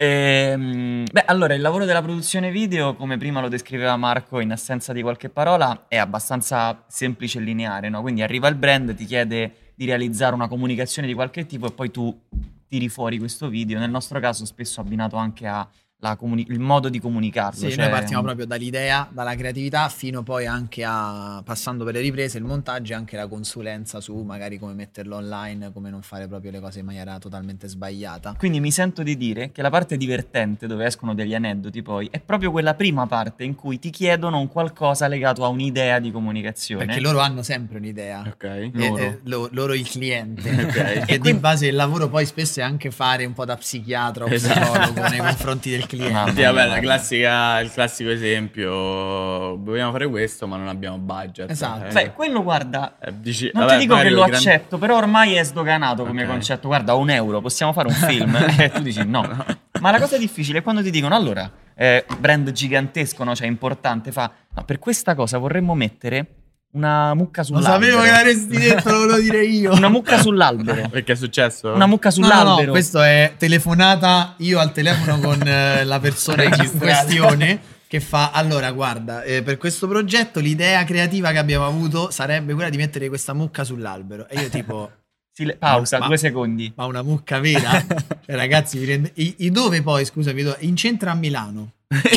S2: Ehm, beh, allora il lavoro della produzione video, come prima lo descriveva Marco in assenza di qualche parola, è abbastanza semplice e lineare, no? Quindi arriva il brand, ti chiede di realizzare una comunicazione di qualche tipo e poi tu tiri fuori questo video. Nel nostro caso spesso abbinato anche a la comuni- il modo di comunicarlo.
S3: Sì,
S2: cioè-
S3: noi partiamo proprio dall'idea, dalla creatività, fino poi anche a, passando per le riprese, il montaggio e anche la consulenza su magari come metterlo online, come non fare proprio le cose in maniera totalmente sbagliata.
S2: Quindi mi sento di dire che la parte divertente, dove escono degli aneddoti poi, è proprio quella prima parte in cui ti chiedono un qualcosa legato a un'idea di comunicazione.
S3: Perché loro hanno sempre un'idea.
S1: Ok.
S3: E-
S2: Loro.
S3: e lo- loro il cliente.
S1: Ok.
S3: E di
S2: quindi-
S3: base il lavoro poi spesso è anche fare un po' da psichiatra o
S1: Esatto.
S3: psicologo nei confronti del cliente.
S2: Mamma
S1: Sì, vabbè, la
S2: mia.
S1: classica, il classico esempio, vogliamo fare questo ma non abbiamo budget.
S3: Esatto.
S1: Eh,
S2: Beh, quello guarda,
S1: eh, dici,
S2: non
S1: vabbè,
S2: ti dico che
S1: magari
S2: lo
S1: con grandi-
S2: accetto, però ormai è sdoganato come
S1: Ok.
S2: concetto. Guarda, a un euro possiamo fare un film. E tu dici no. Ma la cosa difficile è quando ti dicono, allora, eh, brand gigantesco, no? Cioè importante, fa, ma per questa cosa vorremmo mettere una mucca
S3: Lo
S2: sull'albero.
S3: sapevo che l'avresti detto, lo volevo dire io.
S2: Una mucca sull'albero.
S1: Perché è successo?
S2: Una mucca
S3: No, no,
S2: sull'albero.
S3: no, questo è telefonata io al telefono con eh, la persona in
S2: Registrata.
S3: questione che fa, allora guarda, eh, per questo progetto l'idea creativa che abbiamo avuto sarebbe quella di mettere questa mucca sull'albero. E io tipo,
S2: Sile- pausa,
S3: Ma-
S2: due secondi.
S3: ma una mucca vera? Cioè ragazzi, vi rende... I, i dove poi, scusami, dove? In centro a Milano.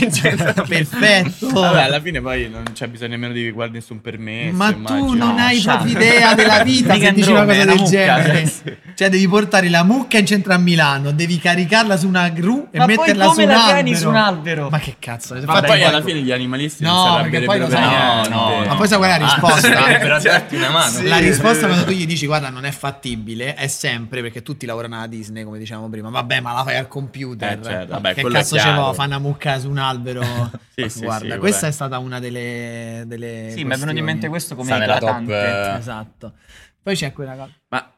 S3: Perfetto.
S1: Vabbè, alla fine poi non c'è bisogno nemmeno di guardare nessun permesso.
S3: Ma tu
S1: immagino.
S3: non
S2: No,
S3: hai
S2: Sciarpa.
S3: proprio idea della vita
S2: Mica
S3: se dici una
S2: Andromeda,
S3: cosa
S2: è
S3: del
S2: una mucca,
S3: genere.
S2: cioè, sì.
S3: Cioè devi portare la mucca in centro a Milano, devi caricarla su una gru e
S2: Ma poi
S3: metterla
S2: come
S3: su un
S2: la
S3: albero.
S2: tieni su un albero?
S3: Ma che cazzo?
S1: Ma
S3: Infatti,
S1: poi
S3: poi-
S1: alla fine gli animalisti
S3: No,
S1: non si
S3: perché poi lo
S1: arrabbierebbero
S3: sai-
S1: per
S2: no,
S1: niente.
S2: no.
S3: Ma poi sai qual è la risposta?
S4: Per darti una mano.
S1: Sì.
S3: La risposta quando tu gli dici guarda non è fattibile è sempre perché tutti lavorano alla Disney come dicevamo prima. Vabbè ma la fai al computer.
S1: Eh, certo. Vabbè,
S3: che
S1: quello è
S3: cazzo ce
S1: chiaro.
S3: va? Fa una mucca su un albero.
S1: Sì, sì,
S3: Guarda,
S1: sì,
S3: questa
S1: vabbè.
S3: è stata una delle, delle
S2: Sì, mi è venuto in mente questo come
S4: Sta nella top,
S2: eclatante.
S4: eh,
S3: Esatto. Poi c'è quella cosa.
S1: Ma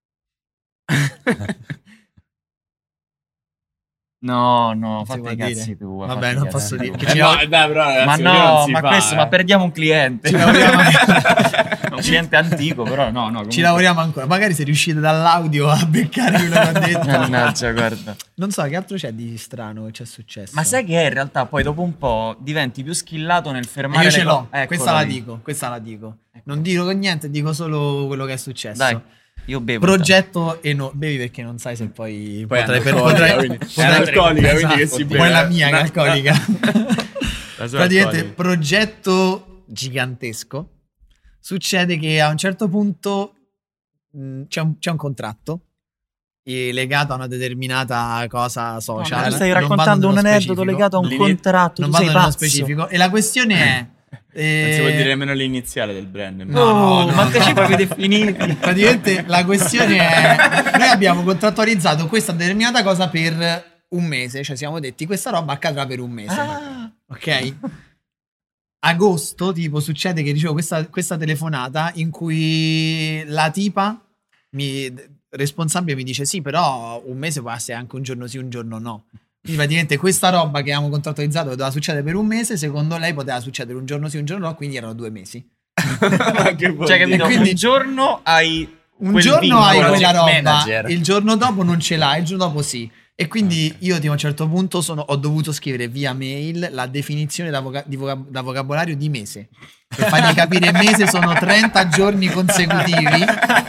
S2: No, no,
S3: si
S2: fate
S3: può
S2: i cazzi
S3: dire?
S2: tu.
S3: Vabbè,
S2: fate i
S3: non
S2: cazzi
S3: posso
S2: tu.
S3: dire. Che
S1: Eh
S3: ci
S1: no,
S3: lau-
S1: eh, dai, però, ragazzi,
S2: Ma
S1: così non
S2: no,
S1: si
S2: ma
S1: fa,
S2: questo,
S1: eh.
S2: ma perdiamo un cliente.
S3: Ci lavoriamo,
S2: un cliente antico, però no, no.
S3: ci
S2: comunque-
S3: lavoriamo ancora. Magari se riuscite dall'audio a beccare quello che ha detto.
S2: Mannaggia, guarda.
S3: Non so che altro c'è di strano che c'è successo.
S2: Ma sai che in realtà poi dopo un po' diventi più skillato nel fermare
S3: Io
S2: le
S3: ce l'ho,
S2: co- Eccola
S3: questa la
S2: lì.
S3: dico, questa la dico. Non dico niente, dico solo quello che è successo.
S2: Dai, io bevo.
S3: Progetto e no, bevi perché non sai se poi,
S1: Poi è
S3: potrai per
S1: analcolica,
S3: potrai-
S1: quindi-
S3: potrai-
S1: è analcolica, quindi che
S3: Esatto.
S1: si
S3: Poi
S1: beve.
S3: la mia che è
S1: Una-
S3: alcolica.
S1: La sua
S3: Praticamente
S1: alcolica.
S3: progetto gigantesco. Succede che a un certo punto mh, c'è, un, c'è un contratto eh, legato a una determinata cosa social.
S2: No, stai
S3: Non
S2: raccontando
S3: vado
S2: un
S3: nello
S2: aneddoto
S3: specifico.
S2: legato a un
S1: Lì-
S2: contratto.
S3: Non
S2: tu
S3: vado
S2: sei
S3: nello
S2: pazzo.
S3: specifico. E la questione è
S1: Non si può
S3: eh,
S1: dire nemmeno l'iniziale del brand.
S3: No,
S2: Oh,
S3: no,
S2: ma
S3: no,
S2: te
S3: no.
S2: ci proprio definiti.
S3: praticamente la questione è noi abbiamo contrattualizzato questa determinata cosa per un mese, cioè siamo detti questa roba accadrà per un mese,
S2: Ah.
S3: ok? Agosto tipo succede che ricevo questa, questa telefonata in cui la tipa mi, responsabile mi dice sì però un mese può essere anche un giorno sì un giorno no. Quindi praticamente questa roba che avevamo contrattualizzato che doveva succedere per un mese, secondo lei poteva succedere un giorno sì, un giorno no, quindi erano due mesi.
S1: Che vuol
S2: Cioè,
S1: dire?
S2: capito?
S3: quindi-
S2: un giorno hai
S3: Un
S2: quel
S3: giorno
S2: vincolo.
S3: hai quella
S4: project
S3: roba,
S4: manager.
S3: il giorno dopo non ce l'hai, il giorno dopo sì. E quindi io tipo, a un certo punto sono, ho dovuto scrivere via mail la definizione da, voca- di voca- da vocabolario di mese. Per fargli capire, mese sono trenta giorni consecutivi.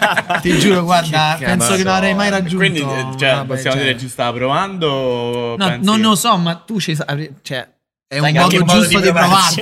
S3: Ti giuro, guarda,
S2: Che
S3: penso
S2: cazzo.
S3: che non avrei mai raggiunto.
S1: Quindi, eh, cioè,
S3: vabbè,
S1: possiamo
S3: cioè.
S1: dire ci stava provando? o
S3: No,
S1: pensi
S3: non
S1: che-
S3: lo so, ma tu ci sa- cioè è
S2: Dai,
S3: un
S2: che
S3: modo
S2: anche
S3: giusto di provarci.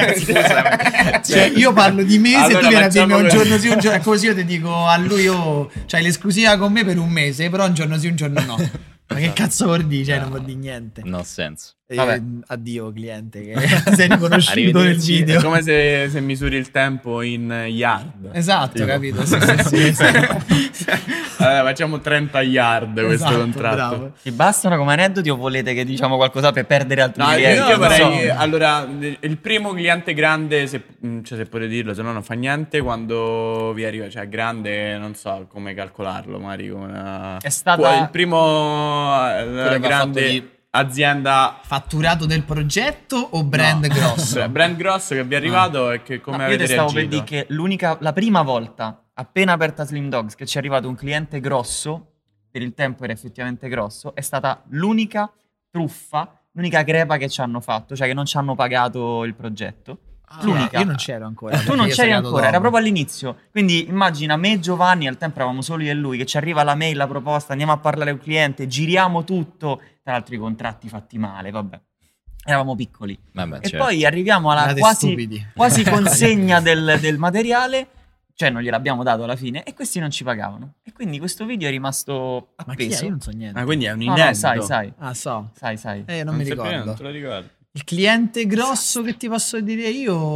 S4: Scusami.
S3: Cioè, io parlo di mese,
S1: Allora,
S3: tu vieni a dirmi
S1: facciamo
S3: un
S1: così.
S3: giorno sì, un giorno. È così, io ti dico a lui, io c'hai l'esclusiva con me per un mese, però un giorno sì, un giorno no. Ma che cazzo vuol dire? Cioè, non vuol dire niente.
S4: No senso.
S3: E,
S2: Vabbè.
S3: addio cliente che sei riconosciuto nel
S4: Arrivederci.
S3: video.
S1: È come se, se misuri il tempo in yard.
S3: Esatto,
S1: Tipo.
S3: capito? Sì, sì, sì, sì.
S1: Allora, facciamo trenta yard questo
S3: Esatto,
S1: contratto.
S3: bravo.
S2: Ti bastano come aneddoti o volete che diciamo qualcosa per perdere altri
S1: No,
S2: clienti?
S1: io
S2: Non
S1: vorrei,
S2: so.
S1: allora, il primo cliente grande, se, cioè, se potete dirlo, se no non fa niente, quando vi arriva, cioè grande, non so come calcolarlo, magari come una-
S2: È stata-
S1: il primo eh,
S4: che ha
S1: grande
S4: fatto di-
S1: azienda,
S3: Fatturato del progetto o brand
S1: no,
S3: grosso?
S1: cioè, brand grosso che vi è arrivato e che come
S2: No, io
S1: avete
S2: ti stavo per
S1: reagito?
S2: dire che l'unica, la prima volta, appena aperta Slim Dogs, che ci è arrivato un cliente grosso, per il tempo era effettivamente grosso, è stata l'unica truffa, l'unica crepa che ci hanno fatto, cioè che non ci hanno pagato il progetto.
S3: Ah,
S2: l'unica.
S3: Io non c'ero ancora.
S2: Tu
S3: perché
S2: non
S3: io
S2: c'eri
S3: sono arrivato
S2: ancora, era
S3: dopo.
S2: proprio all'inizio. Quindi immagina me e Giovanni, al tempo eravamo soli io e lui, che ci arriva la mail, la proposta, andiamo a parlare al cliente, giriamo tutto, tra l'altro i contratti fatti male, vabbè. Eravamo piccoli.
S4: Vabbè,
S2: E
S4: certo.
S2: poi arriviamo alla
S3: Erate
S2: quasi,
S3: stupidi.
S2: quasi consegna del, del materiale, cioè non gliel'abbiamo dato alla fine, e questi non ci pagavano. E quindi questo video è rimasto
S3: Ma chi è?
S2: appeso.
S3: Io non so niente.
S1: Ah, quindi è un
S2: No,
S1: inedito.
S2: no, sai, sai,
S3: Ah, so.
S2: sai, sai.
S3: Eh, non, mi
S1: sapevo,
S3: ricordo.
S1: non te lo ricordo.
S3: Il cliente grosso che ti posso dire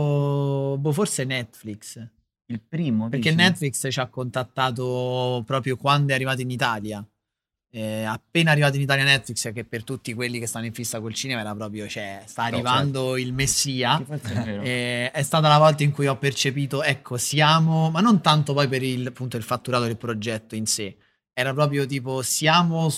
S3: io, boh, forse Netflix.
S2: Il primo,
S3: Perché
S2: dici?
S3: Netflix ci ha contattato proprio quando è arrivato in Italia. Eh, appena arrivato in Italia Netflix, che per tutti quelli che stanno in fissa col cinema era proprio, cioè, sta arrivando il messia.
S2: Che forse è vero.
S3: Eh, è stata la volta in cui ho percepito, ecco, siamo, ma non tanto poi per il, appunto, il fatturato del progetto in sé, era proprio tipo siamo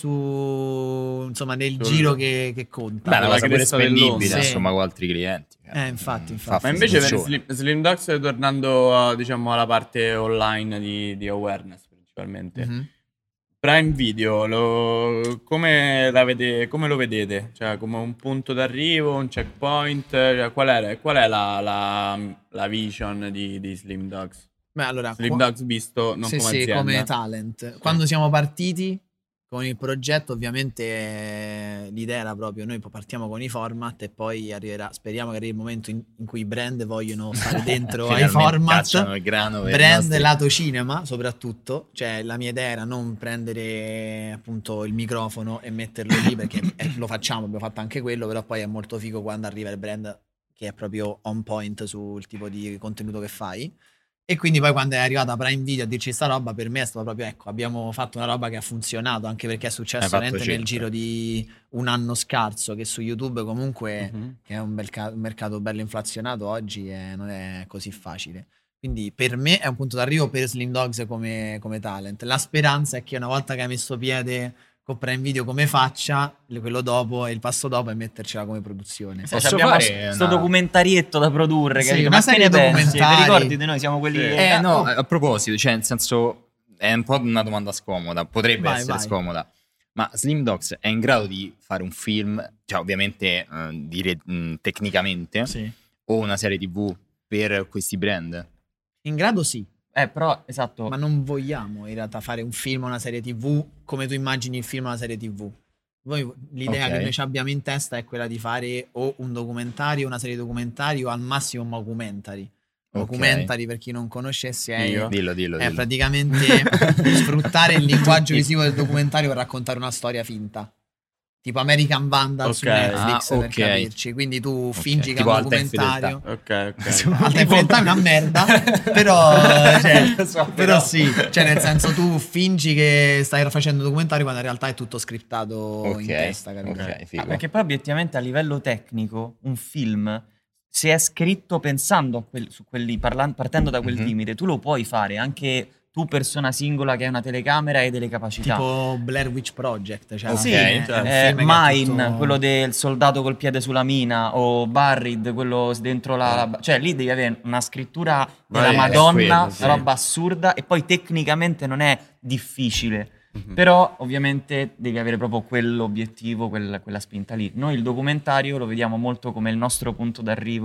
S3: su, insomma, nel
S1: Sul-
S3: giro che, che conta.
S4: Beh, è una
S1: la
S4: cosa pure
S1: cresta
S4: spendibile,
S1: dell'onda.
S4: insomma, con altri clienti.
S3: Eh, infatti,
S4: Mm,
S3: infatti.
S4: fa
S1: Ma invece per
S4: funziona.
S1: Slim, Slim Dogs, tornando a, diciamo, alla parte online di, di awareness principalmente,
S3: Mhm.
S1: Prime Video, lo- come, la vede- come lo vedete? Cioè, come un punto d'arrivo, un checkpoint? Cioè, qual è, qual è la, la- la vision di, di Slim Dogs?
S3: Beh, allora,
S1: Slim
S3: qua-
S1: Dogs visto non
S3: sì,
S1: come
S3: sì,
S1: azienda.
S3: come talent. Quando siamo partiti con il progetto, ovviamente eh, l'idea era proprio noi partiamo con i format e poi arriverà, speriamo che arrivi il momento in, in cui i brand vogliono stare dentro ai
S4: Finalmente
S3: format.
S4: cacciano il grano per i
S3: Brand
S4: nostri-
S3: lato cinema soprattutto, cioè la mia idea era non prendere appunto il microfono e metterlo lì perché eh, lo facciamo, abbiamo fatto anche quello, però poi è molto figo quando arriva il brand che è proprio on point sul tipo di contenuto che fai. E quindi poi quando è arrivata Prime Video a dirci sta roba, per me è stato proprio, ecco, abbiamo fatto una roba che ha funzionato, anche perché è successo
S4: Hai fatto
S3: veramente nel
S4: centro.
S3: giro di un anno scarso, che su YouTube comunque,
S1: Mhm.
S3: che è un, bel ca- un mercato bello inflazionato oggi, eh, non è così facile. Quindi per me è un punto d'arrivo per Slim Dogs come, come talent. La speranza è che una volta che hai messo piede con Prime Video come faccia, quello dopo e il passo dopo è mettercela come produzione.
S2: Sai,
S4: Posso
S2: abbiamo
S4: fare
S2: questo
S4: una-
S2: documentarietto da produrre,
S3: Sì,
S2: capito?
S3: una
S2: Ma che
S3: serie
S2: ne pensi? Ti
S3: documentari.
S2: ricordi di noi? Siamo quelli...
S1: Sì.
S2: che-
S4: Eh no,
S2: oh,
S4: a proposito, cioè nel senso è un po' una domanda scomoda, potrebbe
S3: Vai,
S4: essere
S3: vai.
S4: scomoda, ma Slim Dogs è in grado di fare un film, cioè ovviamente eh, dire mh, tecnicamente,
S3: Sì.
S4: o una serie tivù per questi brand?
S3: In grado sì,
S2: Eh, però, esatto.
S3: ma non vogliamo in realtà fare un film o una serie tivù come tu immagini il film o una serie tivù. Voi, l'idea
S4: Ok.
S3: che noi ci abbiamo in testa è quella di fare o un documentario, una serie documentari o al massimo un documentary.
S4: Ok.
S3: Documentary, per chi non conoscesse, è,
S1: Io?
S4: Dillo, dillo,
S3: è
S4: dillo.
S3: praticamente sfruttare il linguaggio visivo del documentario per raccontare una storia finta. Tipo American Vandal su
S1: Ok.
S3: Netflix,
S4: Ah,
S3: per
S4: ok.
S3: capirci. Quindi tu fingi che è
S4: Tipo
S3: un
S4: Alta
S3: documentario.
S1: Ok, ok.
S3: Alta Fedeltà è una merda, però, cioè,
S2: Lo so,
S3: però
S2: però-
S3: sì, cioè nel senso tu fingi che stai facendo un documentario quando in realtà è tutto scriptato
S4: Ok,
S3: in testa, capito?
S4: ok, figo.
S2: Ah, perché poi obiettivamente a livello tecnico un film, se è scritto pensando a quel- su quelli, parlan- partendo da quel
S4: Mhm.
S2: limite, tu lo puoi fare anche tu persona singola che hai una telecamera e delle capacità.
S3: Tipo Blair Witch Project, cioè
S2: Sì,
S3: alla fine
S1: certo.
S3: è un
S2: eh,
S3: film che ha
S2: Mine,
S3: tutto-
S2: quello del soldato col piede sulla mina, o Barrid, quello dentro la... la- cioè lì devi avere una scrittura della
S1: Vai, è
S2: Madonna,
S4: quello, sì.
S2: roba assurda, e poi tecnicamente non è difficile.
S1: Mhm.
S2: Però ovviamente devi avere proprio quell'obiettivo, quel- quella spinta lì. Noi il documentario lo vediamo molto come il nostro punto d'arrivo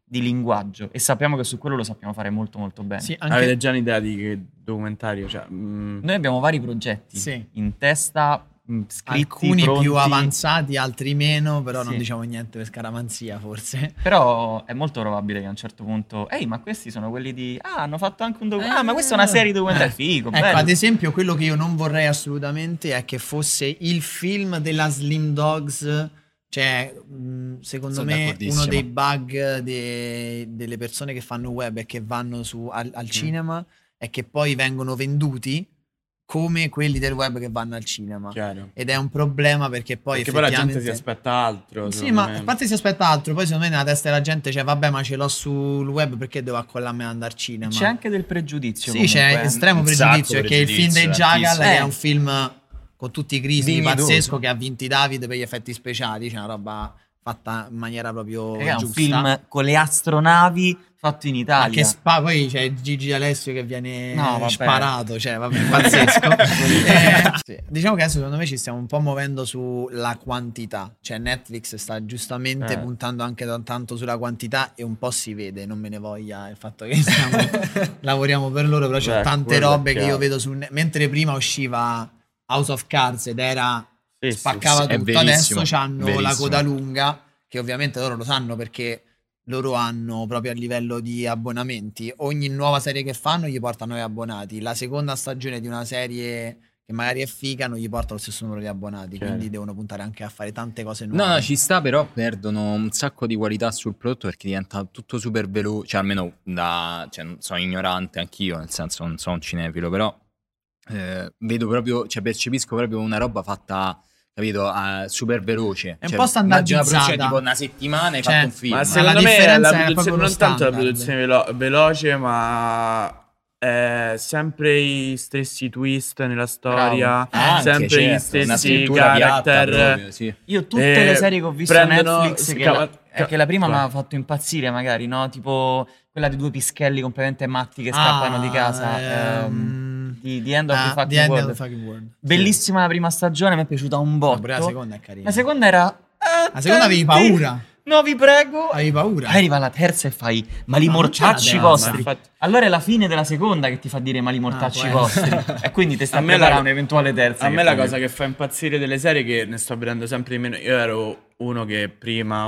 S2: di linguaggio e sappiamo che su quello lo sappiamo fare molto molto bene.
S3: Sì, anche...
S1: Avete già un'idea di che documentario? Cioè, mm,
S2: Noi abbiamo vari progetti
S3: Sì.
S2: in testa, mh, scritti,
S3: alcuni
S2: pronti,
S3: più avanzati, altri meno, però
S2: Sì.
S3: non diciamo niente per scaramanzia forse.
S2: Però è molto probabile che a un certo punto, ehi, ma questi sono quelli di, ah, hanno fatto anche un documentario, ah, ma questa è una serie documentari,
S3: Eh.
S2: figo,
S3: Ecco,
S2: bello.
S3: ad esempio, quello che io non vorrei assolutamente è che fosse il film della Slim Dogs. Cioè, mh, secondo
S4: Sono
S3: me
S4: d'accordissimo.
S3: uno dei bug de- delle persone che fanno web e che vanno su, al, al cinema è che poi vengono venduti come quelli del web che vanno al cinema.
S1: chiaro.
S3: Ed è un problema perché poi
S1: Perché poi la gente
S3: effettivamente...
S1: si aspetta altro.
S3: Sì,
S1: secondo
S3: ma
S1: me.
S3: a parte si aspetta altro, poi secondo me nella testa della gente c'è, vabbè, ma ce l'ho sul web, perché devo accollarmi ad andare al cinema?
S2: C'è anche del pregiudizio.
S3: Sì, c'è
S2: comunque, eh.
S3: estremo
S4: Un
S3: pregiudizio,
S4: sacco
S3: perché il film dei
S4: pregiudizio,
S3: Jagal
S4: tantissimo.
S3: che è
S2: Eh.
S3: un film con tutti i crismi
S4: Dignitoso.
S3: pazzesco, che ha vinto i David per gli effetti speciali, c'è una roba fatta in maniera proprio
S2: Raga, è un
S3: giusta.
S2: film con le astronavi fatto in
S3: Ma
S2: Italia.
S3: che spa- poi c'è Gigi Alessio che viene
S2: No, vabbè.
S3: sparato, cioè vabbè, pazzesco. Eh, sì. Diciamo che adesso secondo me ci stiamo un po' muovendo sulla quantità, cioè Netflix sta giustamente
S1: Eh.
S3: puntando anche da- tanto sulla quantità e un po' si vede, non me ne voglia il fatto che stiamo, lavoriamo per loro, però c'è
S1: Beh,
S3: tante
S1: quello è
S3: robe che io
S1: chiaro.
S3: vedo su Ne- mentre prima usciva House of Cards ed era
S1: Sì, sì,
S3: spaccava
S4: sì, è
S3: tutto,
S4: verissimo,
S3: adesso hanno la
S4: verissimo.
S3: coda lunga, che ovviamente loro lo sanno perché loro hanno proprio a livello di abbonamenti, ogni nuova serie che fanno gli porta nuovi abbonati, la seconda stagione di una serie che magari è figa non gli porta lo stesso numero di abbonati,
S1: Chiaro.
S3: quindi devono puntare anche a fare tante cose nuove.
S4: No, no, ci sta, però perdono un sacco di qualità sul prodotto perché diventa tutto super veloce, cioè almeno da, cioè, non sono ignorante anch'io, nel senso non sono un cinefilo, però eh, vedo proprio, cioè percepisco proprio una roba fatta, capito, eh, super veloce.
S3: È un
S4: Cioè,
S3: po'
S4: immagina una
S3: standardizzata.
S4: produzione tipo una settimana hai
S3: Cioè,
S4: fatto un film.
S1: Ma
S3: la
S1: secondo me
S3: differenza
S1: la
S3: è
S1: produzione,
S3: proprio lo
S1: non tanto la
S3: standard.
S1: produzione velo- veloce, ma è sempre i stessi twist nella storia,
S2: Bravo.
S4: Anche,
S1: sempre gli
S4: certo, una
S1: stessi
S4: scrittura piatta
S1: character.
S4: proprio, sì.
S2: Io tutte
S1: Eh,
S2: le serie che ho visto
S1: prendono-
S2: su Netflix,
S1: si
S2: che,
S1: chiama-
S2: la, è che la prima mi
S1: Vai.
S2: ha fatto impazzire magari, no? Tipo quella di due pischelli completamente matti che
S3: Ah,
S2: scappano di casa.
S3: ehm,
S2: ehm, di, di End of
S3: ah,
S2: the Fucking
S3: The End of
S2: World.
S3: the Fucking World.
S2: Bellissima la prima stagione, mi è piaciuta un
S3: No,
S2: botto.
S3: pure la seconda è carina.
S2: La seconda era... "Ah,
S3: La seconda avevi
S2: tanti-
S3: paura.
S2: No, vi prego.
S3: Avevi paura?
S2: Poi arriva la terza e fai, ma li
S3: No, non c'è
S2: mortacci
S3: la terza.
S2: vostri.
S1: Infatti-
S2: Allora è la fine della seconda che ti fa dire ma li mortacci
S3: Ah, può
S2: vostri. E quindi ti sta
S1: A me la-
S2: preparando un'eventuale terza.
S1: A
S2: che
S1: me la
S2: poi-
S1: cosa che fa impazzire delle serie è che ne sto vedendo sempre di meno. Io ero uno che prima,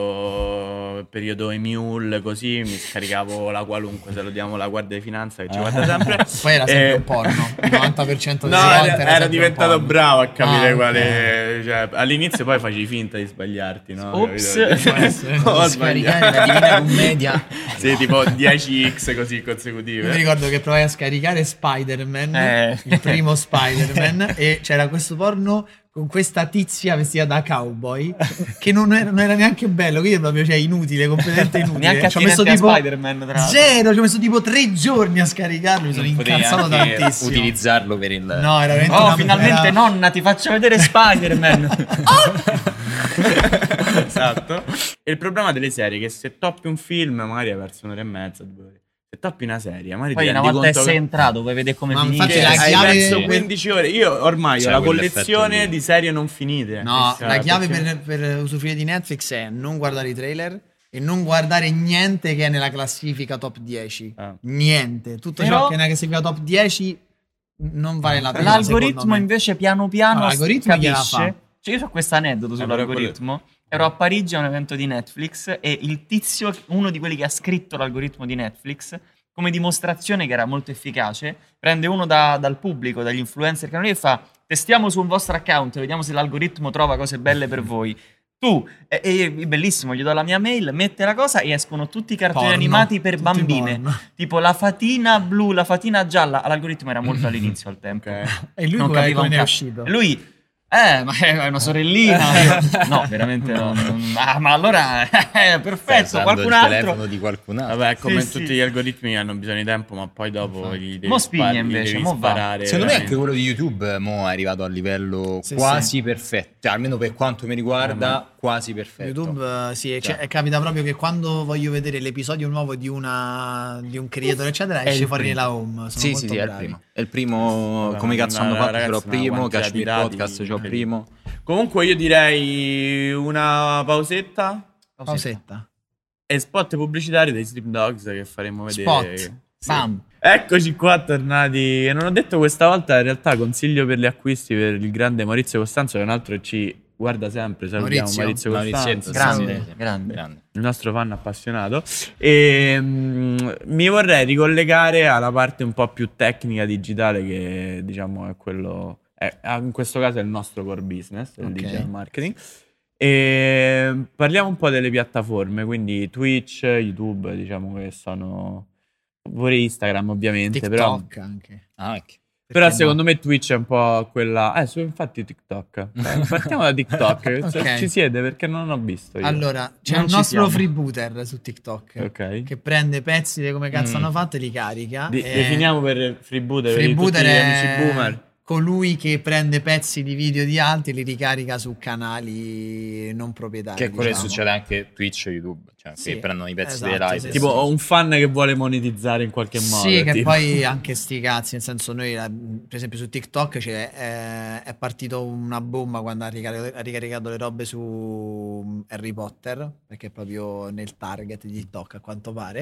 S1: quando periodo Emule, così, mi scaricavo la qualunque, salutiamo la Guardia di Finanza che ci guarda sempre.
S3: Poi era sempre
S1: Eh,
S3: un porno, il novanta per cento
S1: No,
S3: delle volte
S1: era,
S3: era
S1: era
S3: sempre un
S1: diventato
S3: porno.
S1: bravo a capire
S3: Ah, ok.
S1: quale. Cioè, all'inizio poi facevi finta di sbagliarti, no?
S2: Ops.
S1: Capito?
S3: Può essere.
S1: Ho
S4: Scaricare
S1: sbagliato.
S4: la Divina Commedia.
S1: Sì, tipo dieci x così
S3: Io mi
S1: consecutive.
S3: ricordo che provai a scaricare Spider-Man,
S2: Eh.
S3: il primo Spider-Man, e c'era questo porno con questa tizia vestita da cowboy che non era, non era neanche bello, quindi proprio cioè, inutile, completamente inutile.
S2: Neanche
S3: ci ho messo
S2: attinente a
S3: tipo
S2: Spider-Man, tra l'altro.
S3: zero, ci ho messo tipo tre giorni a scaricarlo, mi sono
S4: Non potevi
S3: incazzato
S4: anche
S3: tantissimo.
S4: utilizzarlo per il...
S3: No, era veramente
S2: Oh,
S3: una-
S2: finalmente
S3: era-
S2: nonna, ti faccio vedere Spider-Man.
S1: Esatto. E il problema delle serie è che se toppi un film, magari hai perso un'ora e mezza, due ore. Se toppi una serie, magari
S2: Poi
S1: ti
S2: una
S1: rendi
S2: volta che
S1: conto
S2: sei
S1: che-
S2: entrato, vuoi vedere come
S3: Ma
S2: finisce.
S3: infatti
S1: che
S3: la
S1: hai
S3: chiave-
S1: perso quindici ore. Io ormai ho
S4: C'è
S1: la
S4: quell'effetto
S1: collezione
S4: lì.
S1: di serie non finite.
S3: No,
S1: Questa-
S3: la chiave
S1: perché-
S3: per, per usufruire di Netflix è non guardare i trailer e non guardare niente che è nella classifica top dieci.
S1: Ah.
S3: Niente. Tutto
S2: Però-
S3: ciò che è nella classifica top dieci non vale la pena.
S2: L'algoritmo
S3: secondo me.
S2: invece piano piano
S3: No, l'algoritmo gliela
S2: capisce.
S3: fa.
S2: Cioè io ho questo aneddoto
S1: però
S2: sull'algoritmo. Ero a Parigi a un evento di Netflix e il tizio, uno di quelli che ha scritto l'algoritmo di Netflix, come dimostrazione che era molto efficace, prende uno da- dal pubblico, dagli influencer che hanno lì e fa testiamo su un vostro account, vediamo se l'algoritmo trova cose belle per voi. Tu, e, e- bellissimo, gli do la mia mail, mette la cosa e escono tutti i cartoni
S3: Porno,
S2: animati per
S3: tutti
S2: bambine.
S3: porno.
S2: Tipo la fatina blu, la fatina gialla. L'algoritmo era molto all'inizio al tempo.
S1: Ok.
S3: E lui
S2: Non
S3: come,
S2: capiva
S3: come
S2: un
S3: ne è
S2: cazzo.
S3: uscito?
S2: E lui, eh, ma è una sorellina. Io, no, veramente no. non- ah, ma allora, eh, perfetto, qualcun
S4: il
S2: altro.
S4: telefono di qualcun altro.
S1: Vabbè, come
S2: Sì,
S1: in tutti
S2: sì.
S1: gli algoritmi hanno bisogno di tempo, ma poi dopo gli devi
S2: Mo spigna
S1: spar- gli
S2: invece,
S1: devi
S2: mo va.
S1: sparare.
S4: Secondo me
S1: veramente.
S4: anche quello di YouTube mo è arrivato a livello
S3: Sì,
S4: quasi
S3: sì.
S4: perfetto, cioè almeno per quanto mi riguarda quasi perfetto.
S3: YouTube, eh, sì, e
S4: Cioè.
S3: cioè, capita proprio che quando voglio vedere l'episodio nuovo di una di un creator, eccetera,
S4: È
S3: esce
S4: il
S3: fuori
S4: primo.
S3: nella home. Sono
S4: Sì,
S3: molto
S4: sì, sì, è il
S3: bravi.
S4: primo. È il primo,
S1: Vabbè,
S4: come cazzo
S1: una-
S4: hanno fatto, ce
S1: ragazzi,
S4: l'ho
S1: una
S4: primo,
S1: quantità
S4: Cashmere
S1: di dati
S4: Podcast ce l'ho
S1: incredibile.
S4: primo.
S1: Comunque io direi una pausetta.
S3: Pausetta.
S1: e spot pubblicitari dei Slim Dogs che faremo vedere.
S3: Spot.
S1: Sì.
S3: Bam.
S1: Eccoci qua tornati. E non ho detto questa volta, in realtà consiglio per gli acquisti per il grande Maurizio Costanzo, che è un altro che ci guarda sempre. Salutiamo Maurizio,
S3: Maurizio.
S1: Costanzo,
S2: Grande,
S4: sì, sì, sì.
S2: grande.
S4: grande.
S1: il nostro fan appassionato. E mm, mi vorrei ricollegare alla parte un po' più tecnica digitale, che diciamo è quello, è, in questo caso è il nostro core business, il
S3: Ok.
S1: digital marketing. E parliamo un po' delle piattaforme, quindi Twitch, YouTube, diciamo che sono pure Instagram ovviamente, però,
S3: TikTok anche.
S4: Ah, ecco.
S1: però
S3: Perché
S1: secondo
S3: no?
S1: me Twitch è un po' quella, eh, su, infatti TikTok. Eh, partiamo da TikTok,
S3: Ok.
S1: ci siede perché non ho visto io.
S3: Allora, c'è
S2: Non
S3: un
S2: ci
S3: nostro
S2: siamo.
S3: freebooter su TikTok
S1: Ok.
S3: che prende pezzi di come cazzo
S4: Mm.
S3: hanno fatto e li carica.
S1: Di-
S3: e
S1: definiamo per freebooter, per
S3: freebooter
S1: tutti gli
S3: è
S1: amici boomer.
S3: colui che prende pezzi di video di altri e li ricarica su canali non proprietari.
S4: Che è quello che
S3: diciamo.
S4: succede anche Twitch e YouTube, cioè
S3: Sì,
S4: che prendono i pezzi
S3: esatto,
S4: dei live.
S3: sì,
S1: Tipo
S3: sì.
S1: ho un fan che vuole monetizzare in qualche modo.
S3: Sì, che
S1: tipo.
S3: poi anche sti cazzi, nel senso noi la- per esempio su TikTok c'è, eh, è partito una bomba quando ha ricar- ha ricaricato le robe su Harry Potter, perché è proprio nel target di TikTok a quanto pare,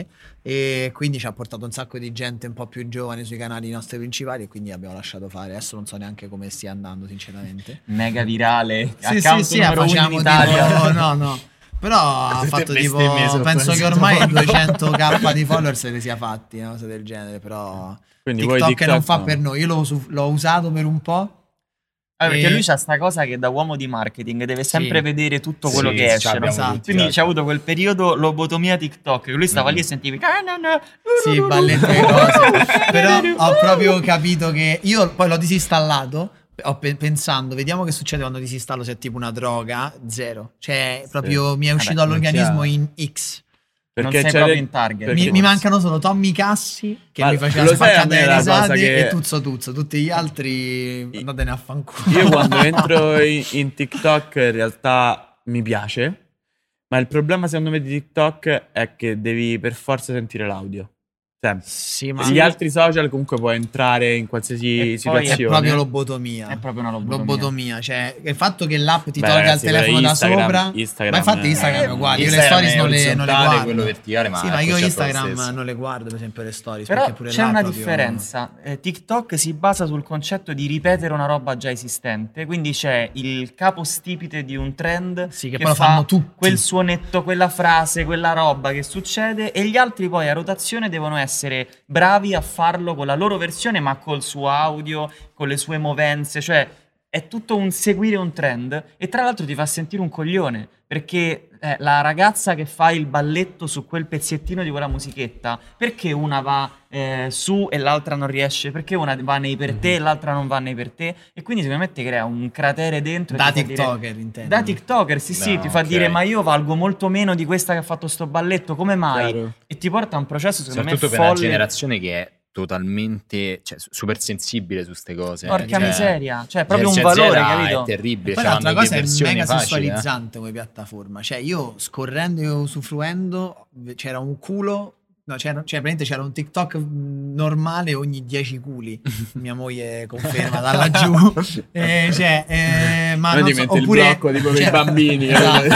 S3: e quindi ci ha portato un sacco di gente un po' più giovane sui canali nostri principali e quindi abbiamo lasciato fare. Adesso non so neanche come stia andando sinceramente.
S2: Mega virale.
S3: Sì,
S2: account
S3: sì, sì,
S2: numero uno in
S3: facciamo
S2: Italia.
S3: tipo, no, no. Però ha
S4: Tutte
S3: fatto tipo,
S4: bestemmie sotto
S3: penso che
S4: questo.
S3: ormai duecento k di followers se li sia fatti, una cosa del genere, però
S1: Quindi voi
S3: TikTok,
S1: TikTok
S3: non fa
S1: no.
S3: per noi. Io l'ho, usu- l'ho usato per un po'.
S2: Ah, perché
S3: E-
S2: lui c'ha sta cosa che da uomo di marketing deve sempre
S3: Sì.
S2: vedere tutto quello
S4: Sì,
S2: che
S4: ci
S2: esce, no?
S4: abbiamo
S3: Esatto.
S4: tutti,
S2: Quindi
S4: esatto.
S2: c'ha avuto quel periodo lobotomia TikTok, che lui stava
S4: Mm.
S2: lì e sentivi "Ah, no, no,
S3: Sì, ballette e cose. Però ho proprio capito che io poi l'ho disinstallato. Ho pe- pensando, vediamo che succede quando disinstallo, se è tipo una droga, zero. Cioè, proprio mi è uscito
S2: Vabbè,
S3: all'organismo
S1: non
S3: in X.
S2: non
S1: Perché
S2: sei
S1: c'è
S2: proprio
S1: le-
S2: in target".
S1: perché-
S3: Mi, mi mancano solo Tommy Cassi che
S1: Ma
S3: mi faceva
S1: lo sai a
S3: spaccare
S1: me
S3: le
S1: la cosa
S3: risate
S1: che-
S3: e Tuzzo Tuzzo. Tutti gli altri andatene a fanculo.
S1: Io quando entro in, in TikTok in realtà mi piace, ma il problema secondo me di TikTok è che devi per forza sentire l'audio. Sempre.
S3: Sì, ma
S1: Gli altri social comunque puoi entrare in qualsiasi
S2: E poi è
S3: è
S1: situazione.
S3: proprio lobotomia.
S2: È proprio una lobotomia.
S3: Lobotomia, cioè il fatto che l'app ti
S1: Beh,
S3: tolga
S1: ragazzi,
S3: il telefono da
S1: Instagram-
S3: sopra.
S1: Instagram
S3: ma infatti
S1: è-
S3: Instagram è
S1: eh,
S3: uguale. Io le
S4: Instagram
S3: stories
S4: è
S3: non le, non le
S4: orizzontale,
S3: guardo.
S4: quello verticale, ma
S3: sì,
S4: è
S3: ma io
S4: concetto lo
S3: Instagram
S4: stesso.
S3: non le guardo, per esempio, le stories.
S2: Però
S3: perché pure
S2: c'è
S3: là
S2: una
S3: proprio-
S2: differenza. Eh, TikTok si basa sul concetto di ripetere una roba già esistente, quindi c'è il capostipite di un trend
S3: Sì, che poi lo fanno
S2: fa
S3: tutti.
S2: quel suonetto, quella frase, quella roba che succede e gli altri poi a rotazione devono essere bravi a farlo con la loro versione, ma col suo audio, con le sue movenze, cioè è tutto un seguire un trend e tra l'altro ti fa sentire un coglione perché eh, la ragazza che fa il balletto su quel pezzettino di quella musichetta, perché una va eh, su e l'altra non riesce, perché una va nei per te e l'altra non va nei per te, e quindi secondo me ti crea un cratere dentro e
S3: Da
S2: ti fa dire-
S3: TikToker, intendo.
S2: da TikToker, sì sì,
S4: No,
S2: ti fa
S4: ok.
S2: dire ma io valgo molto meno di questa che ha fatto sto balletto, come mai?
S1: Chiaro.
S2: E ti porta a un processo secondo
S4: Soprattutto
S2: me
S4: per una
S2: folle.
S4: generazione che è totalmente, cioè, super sensibile su queste cose.
S2: Porca
S4: Cioè,
S2: miseria, cioè è proprio un
S4: Jersey
S2: valore,
S4: Z
S2: capito?
S4: È terribile.
S3: E poi
S4: cioè,
S3: l'altra
S4: hanno
S3: cosa è
S4: versioni
S3: mega
S4: facili, eh.
S3: sessualizzante come piattaforma. Cioè, io scorrendo e usufruendo, c'era un culo. No, c'era, cioè, praticamente c'era un TikTok normale ogni dieci culi. Mia moglie conferma da laggiù. Eh, cioè, eh, ma
S1: Noi
S3: non
S1: ti
S3: so,
S1: metti il
S3: oppure,
S1: blocco tipo per i
S3: cioè,
S1: bambini.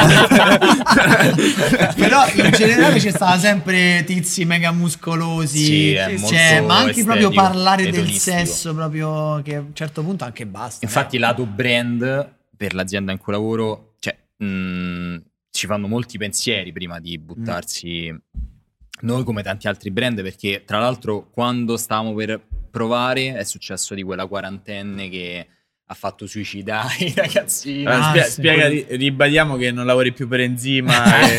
S3: esatto. Però in generale c'è stava sempre tizi mega muscolosi.
S4: Sì, è
S3: cioè,
S4: molto
S3: ma anche proprio
S4: estetico,
S3: parlare del
S4: edonistico.
S3: sesso, proprio che a un certo punto anche basta.
S4: Infatti,
S3: dai.
S4: lato brand, per l'azienda in cui lavoro, cioè, mh, ci fanno molti pensieri prima di buttarsi. Noi come tanti altri brand, perché tra l'altro quando stavamo per provare è successo di quella quarantenne che ha fatto suicidare i ragazzini.
S1: Allora,
S3: Ah,
S1: spie-
S3: sì.
S1: spiega, ri- ribadiamo che non lavori più per Enzima. e-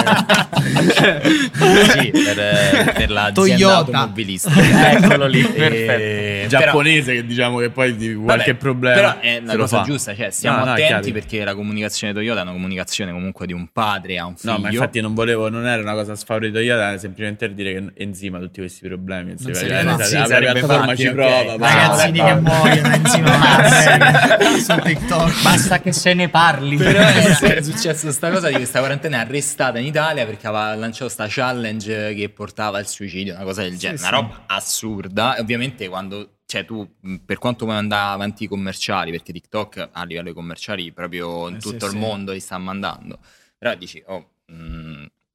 S4: Sì, per, per l'azienda
S3: Toyota.
S4: automobilistica.
S2: Eccolo lì,
S4: E-
S2: perfetto.
S1: giapponese, che diciamo che poi di qualche
S4: Vabbè,
S1: problema.
S4: però è
S1: se
S4: una
S1: lo
S4: cosa
S1: fa.
S4: giusta, cioè stiamo
S1: No, no, è
S4: attenti
S1: chiaro.
S4: perché la comunicazione Toyota è una comunicazione comunque di un padre a un figlio.
S1: No, ma infatti non volevo, non era una cosa sfavorita io, era semplicemente per dire che Enzima ha tutti questi problemi.
S3: Non
S1: si
S3: se
S1: vede,
S3: li fa.
S1: la-
S4: Sì,
S1: la
S4: sarebbe
S1: piattaforma
S4: fatti,
S1: ci
S4: ok.
S1: prova. ma-
S3: Ragazzini
S4: no,
S3: che
S4: d'accordo.
S3: muoiono insieme a su TikTok.
S2: Basta che se ne parli.
S4: Però è, è successa sta cosa di questa quarantena arrestata in Italia perché aveva lanciato sta challenge che portava al suicidio, una cosa del genere,
S3: sì.
S4: una roba assurda. E ovviamente quando, cioè tu, mh, per quanto vuoi andare avanti i commerciali, perché TikTok a livello commerciali proprio in
S3: Eh,
S4: tutto
S3: sì,
S4: il
S3: sì.
S4: mondo li sta mandando, però dici, oh, mh,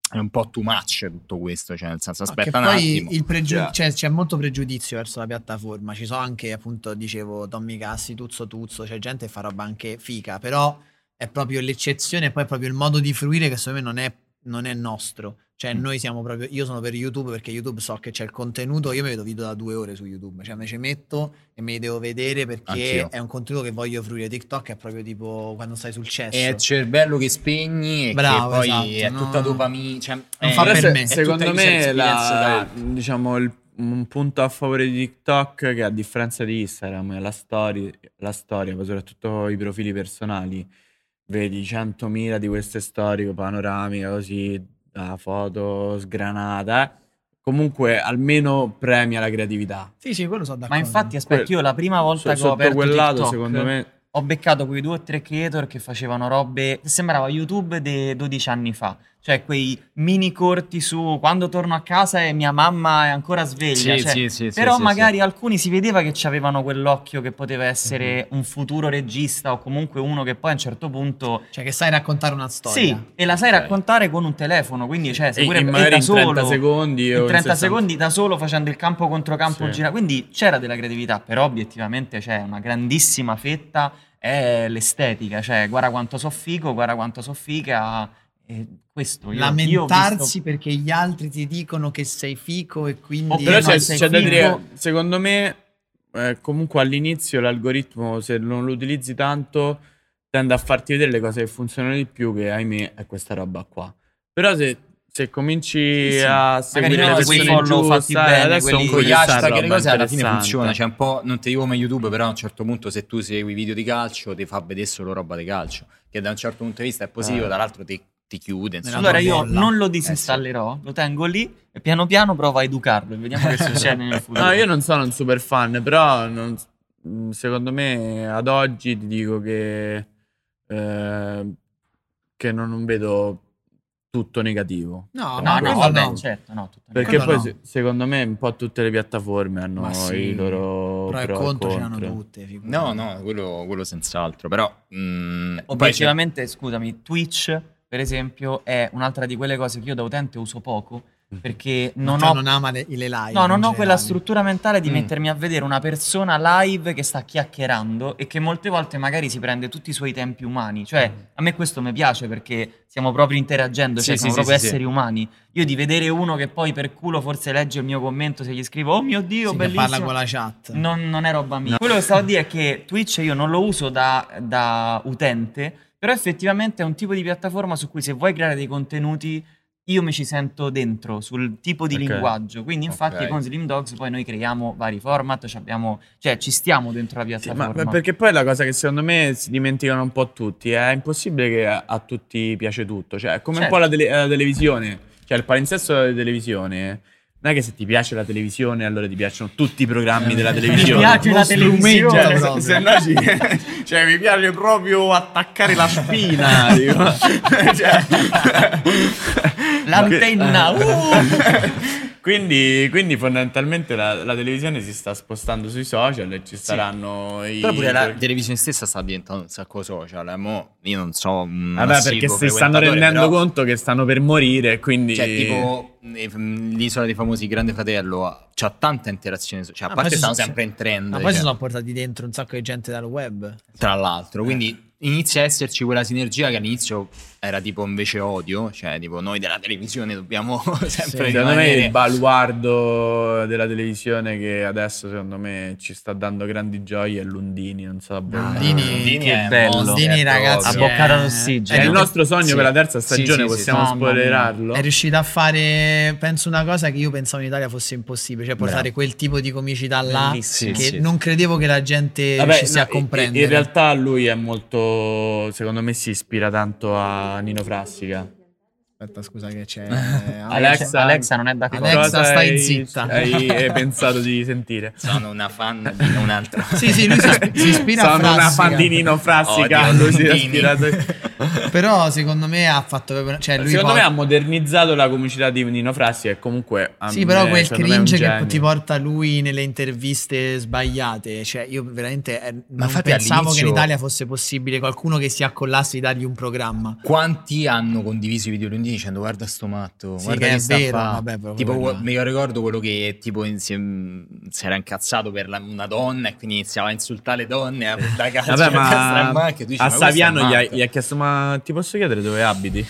S4: è un po' too much tutto questo, cioè nel senso aspetta
S3: no,
S4: un
S3: poi
S4: attimo.
S3: Il pregiu-
S1: yeah.
S3: cioè, c'è molto pregiudizio verso la piattaforma, ci sono anche appunto dicevo Tommy Cassi, Tuzzo Tuzzo, c'è gente che fa roba anche figa, però è proprio l'eccezione e poi è proprio il modo di fruire che secondo me non è, non è nostro. Cioè noi siamo proprio, io sono per YouTube perché YouTube so che c'è il contenuto, io mi vedo video da due ore su YouTube, cioè me ci metto e me li devo vedere perché
S4: Anch'io.
S3: è un contenuto che voglio fruire. TikTok è proprio tipo quando stai sul cesso.
S4: È il cervello che spegni e
S3: Bravo,
S4: che poi
S3: esatto,
S4: è
S3: no,
S4: tutta dopamina, cioè,
S3: non
S4: è-
S3: fa per
S1: Però se-
S3: me.
S4: è
S1: secondo
S4: tutta
S1: me
S4: user experience
S1: la,
S4: da-
S1: diciamo il, un punto a favore di TikTok, che a differenza di Instagram è la storia, la storia, ma soprattutto i profili personali, vedi centomila di queste storie panoramiche così, da foto sgranata, eh. Comunque almeno premia la creatività.
S3: Sì, sì, quello so d'accordo.
S2: Ma infatti, aspetta,
S1: Quel-
S2: io la prima volta
S1: So-
S2: che ho
S1: sotto
S2: aperto
S1: quel lato,
S2: TikTok,
S1: secondo me,
S2: ho beccato quei due o tre creator che facevano robe che sembrava YouTube dei dodici anni fa. Cioè quei mini corti su quando torno a casa e mia mamma è ancora sveglia.
S4: Sì,
S2: cioè,
S4: sì, sì, sì,
S2: però
S4: sì,
S2: magari
S4: sì.
S2: alcuni si vedeva che avevano quell'occhio che poteva essere un futuro regista o comunque uno che poi a un certo punto...
S3: Cioè che sai raccontare una storia.
S2: Sì, e la sai
S4: Ok.
S2: raccontare con un telefono, quindi cioè, se
S1: E-
S2: pure
S1: e
S2: e
S1: magari
S2: da
S1: in trenta
S2: solo,
S1: secondi o
S2: in
S1: in
S2: trenta
S1: sessanta.
S2: secondi da solo facendo il campo contro campo
S1: Sì.
S2: gira- quindi c'era della creatività, però obiettivamente c'è una grandissima fetta è l'estetica, cioè guarda quanto so figo, guarda quanto so figa, e questo io, io ho
S3: Lamentarsi
S2: visto-
S3: perché gli altri ti dicono che sei fico e quindi...
S2: Oh,
S1: Però
S2: no,
S1: c'è,
S2: sei
S1: c'è da
S2: figo.
S1: dire, secondo me, eh, comunque all'inizio l'algoritmo, se non lo utilizzi tanto, tende a farti vedere le cose che funzionano di più, che ahimè è questa roba qua. Però se, se cominci
S2: Sì, sì.
S1: a seguire
S2: no,
S1: le
S2: quei
S1: persone
S2: follow fatti
S1: giuste,
S2: bene,
S1: adesso
S2: quelli-
S1: con
S4: Con gli
S1: questa
S4: hashtag e le
S1: roba
S4: cose alla fine
S1: interessante.
S4: funziona, cioè un po', non ti dico come YouTube, però a un certo punto se tu segui video di calcio ti fa vedere solo roba di calcio, che da un certo punto di vista è positivo,
S1: Ah.
S4: dall'altro ti, ti chiude, insomma.
S2: Allora io
S3: bolla.
S2: non lo disinstallerò, lo tengo lì e piano piano provo a educarlo e vediamo che succede nel futuro.
S1: No, io non sono un super fan, però non- mh, secondo me ad oggi ti dico che, eh, che non, non vedo tutto negativo.
S3: No,
S2: No,
S3: ma
S2: no,
S3: quello
S2: vabbè,
S3: no.
S2: certo, no, tutto
S1: Perché
S3: Quello
S1: poi
S3: no.
S1: se- secondo me un po' tutte le piattaforme hanno
S3: Ma sì,
S1: i loro
S3: pro e
S1: pro e
S3: contro ce l'hanno
S1: contro.
S3: tutte. figurati.
S4: No, no, quello, quello senz'altro, però mh, poi c'è-
S2: Obiettivamente, scusami, Twitch, per esempio, è un'altra di quelle cose che io da utente uso poco perché non
S3: Cioè,
S2: ho
S3: non ama le, le live.
S2: No, non
S3: in
S2: ho quella
S3: generale.
S2: struttura mentale di
S4: Mm.
S2: mettermi a vedere una persona live che sta chiacchierando e che molte volte magari si prende tutti i suoi tempi umani. Cioè, a me questo mi piace perché stiamo proprio interagendo, cioè
S4: Sì,
S2: siamo
S4: sì,
S2: proprio
S4: sì,
S2: esseri
S4: sì.
S2: umani. Io di vedere uno che poi per culo forse legge il mio commento se gli scrivo "Oh mio Dio,
S3: Sì, che
S2: bellissimo".
S3: parla con la chat.
S2: Non, non è roba mia. Quello che stavo a dire è che Twitch io non lo uso da, da utente, però effettivamente è un tipo di piattaforma su cui se vuoi creare dei contenuti io mi ci sento dentro sul tipo di
S1: Ok.
S2: linguaggio. Quindi infatti
S4: Ok.
S2: con Slim Dogs poi noi creiamo vari format, ci abbiamo, cioè ci stiamo dentro la
S1: Sì,
S2: piattaforma.
S1: ma perché poi la cosa che secondo me si dimenticano un po' tutti, è impossibile che a, a tutti piace tutto, cioè è come
S2: Certo.
S1: un po' la, tele- la televisione, cioè il palinsesto della televisione, non è che se ti piace la televisione allora ti piacciono tutti i programmi della televisione.
S2: Mi piace
S3: Lo
S2: la
S3: strumento
S2: televisione.
S3: proprio.
S1: Se no ci- cioè mi piace proprio attaccare la spina, dico. Cioè-
S2: L'antenna, uh!
S1: Quindi, quindi fondamentalmente la, la televisione si sta spostando sui social e ci saranno i...
S4: Però pure la televisione stessa sta diventando un sacco social, eh, mo io non so un
S1: Vabbè, perché
S4: assiduo
S1: si stanno
S4: frequentatore,
S1: rendendo
S4: però-
S1: conto che stanno per morire, quindi...
S4: Cioè, tipo eh, l'isola dei famosi, Grande Fratello, c'ha tanta interazione, so- cioè a
S3: Ah,
S4: parte
S3: poi si
S4: stanno
S3: sono-
S4: sempre in trend,
S3: Ma poi si
S4: cioè,
S3: sono portati dentro un sacco di gente dal web.
S4: tra l'altro, quindi inizia a esserci quella sinergia che all'inizio era tipo invece odio, cioè tipo noi della televisione dobbiamo sempre
S1: Secondo me
S4: rimanere...
S1: il baluardo della televisione che adesso secondo me ci sta dando grandi gioie è Lundini, non so. boh.
S3: Lundini-
S4: Lundini
S2: che
S4: è
S2: bello.
S4: un
S3: Lundini,
S4: monster
S3: ragazzi,
S2: A
S4: proprio.
S2: boccata
S3: è-
S2: d'ossigeno.
S1: È il
S3: Eh,
S1: nostro sogno
S4: sì.
S1: per la terza
S4: Sì,
S1: stagione,
S4: sì, sì,
S1: possiamo
S2: sì.
S1: spoilerarlo?
S3: È riuscita a fare, penso, una cosa che io pensavo in Italia fosse impossibile, cioè portare
S4: Bravo.
S3: quel tipo di comicità là
S2: Bellissimo.
S3: che
S4: Sì, sì.
S3: non credevo che la gente
S1: Vabbè,
S3: riuscisse
S1: no,
S3: a comprendere.
S1: in- In realtà lui è molto, secondo me si ispira tanto a Nino Frassica.
S3: Aspetta, scusa che c'è...
S1: Alexa,
S2: Alexa non è d'accordo.
S3: Alexa,
S1: cosa
S3: stai
S1: hai-
S3: zitta.
S1: Hai, hai pensato di sentire?
S4: Sono una fan di un altro.
S3: Sì, sì, lui si, isp- si ispira a
S1: Sono una
S3: Frassica.
S1: fan di Nino Frassica,
S4: Odio
S1: lui si è
S4: Lundini.
S1: ispirato.
S3: Però secondo me ha fatto proprio- cioè lui
S1: Secondo
S3: poi-
S1: me ha modernizzato la comicità di Nino Frassi e comunque a
S3: Sì, però
S1: me,
S3: quel
S1: secondo me è un
S3: cringe che
S1: genio.
S3: ti porta lui nelle interviste sbagliate, cioè io veramente eh, non
S4: infatti
S3: pensavo che
S4: all'inizio-
S3: in Italia fosse possibile qualcuno che si accollasse di dargli un programma.
S4: Quanti hanno condiviso i video lunghi dicendo guarda sto matto,
S3: Sì,
S4: guarda
S3: che
S4: che,
S3: è
S4: sta
S3: vero,
S4: a fa".
S3: vabbè, però
S4: Tipo
S3: quello-
S4: mi ricordo quello che tipo in- si, si era incazzato per la- una donna e quindi iniziava a insultare le donne a- da calcio
S1: Vabbè,
S4: a destra e a
S1: ma
S4: manca, e tu dici,
S1: a
S4: "Ma questo è
S1: Saviano gli ha,
S4: matto".
S1: gli ha chiesto: ma ti posso chiedere dove abiti?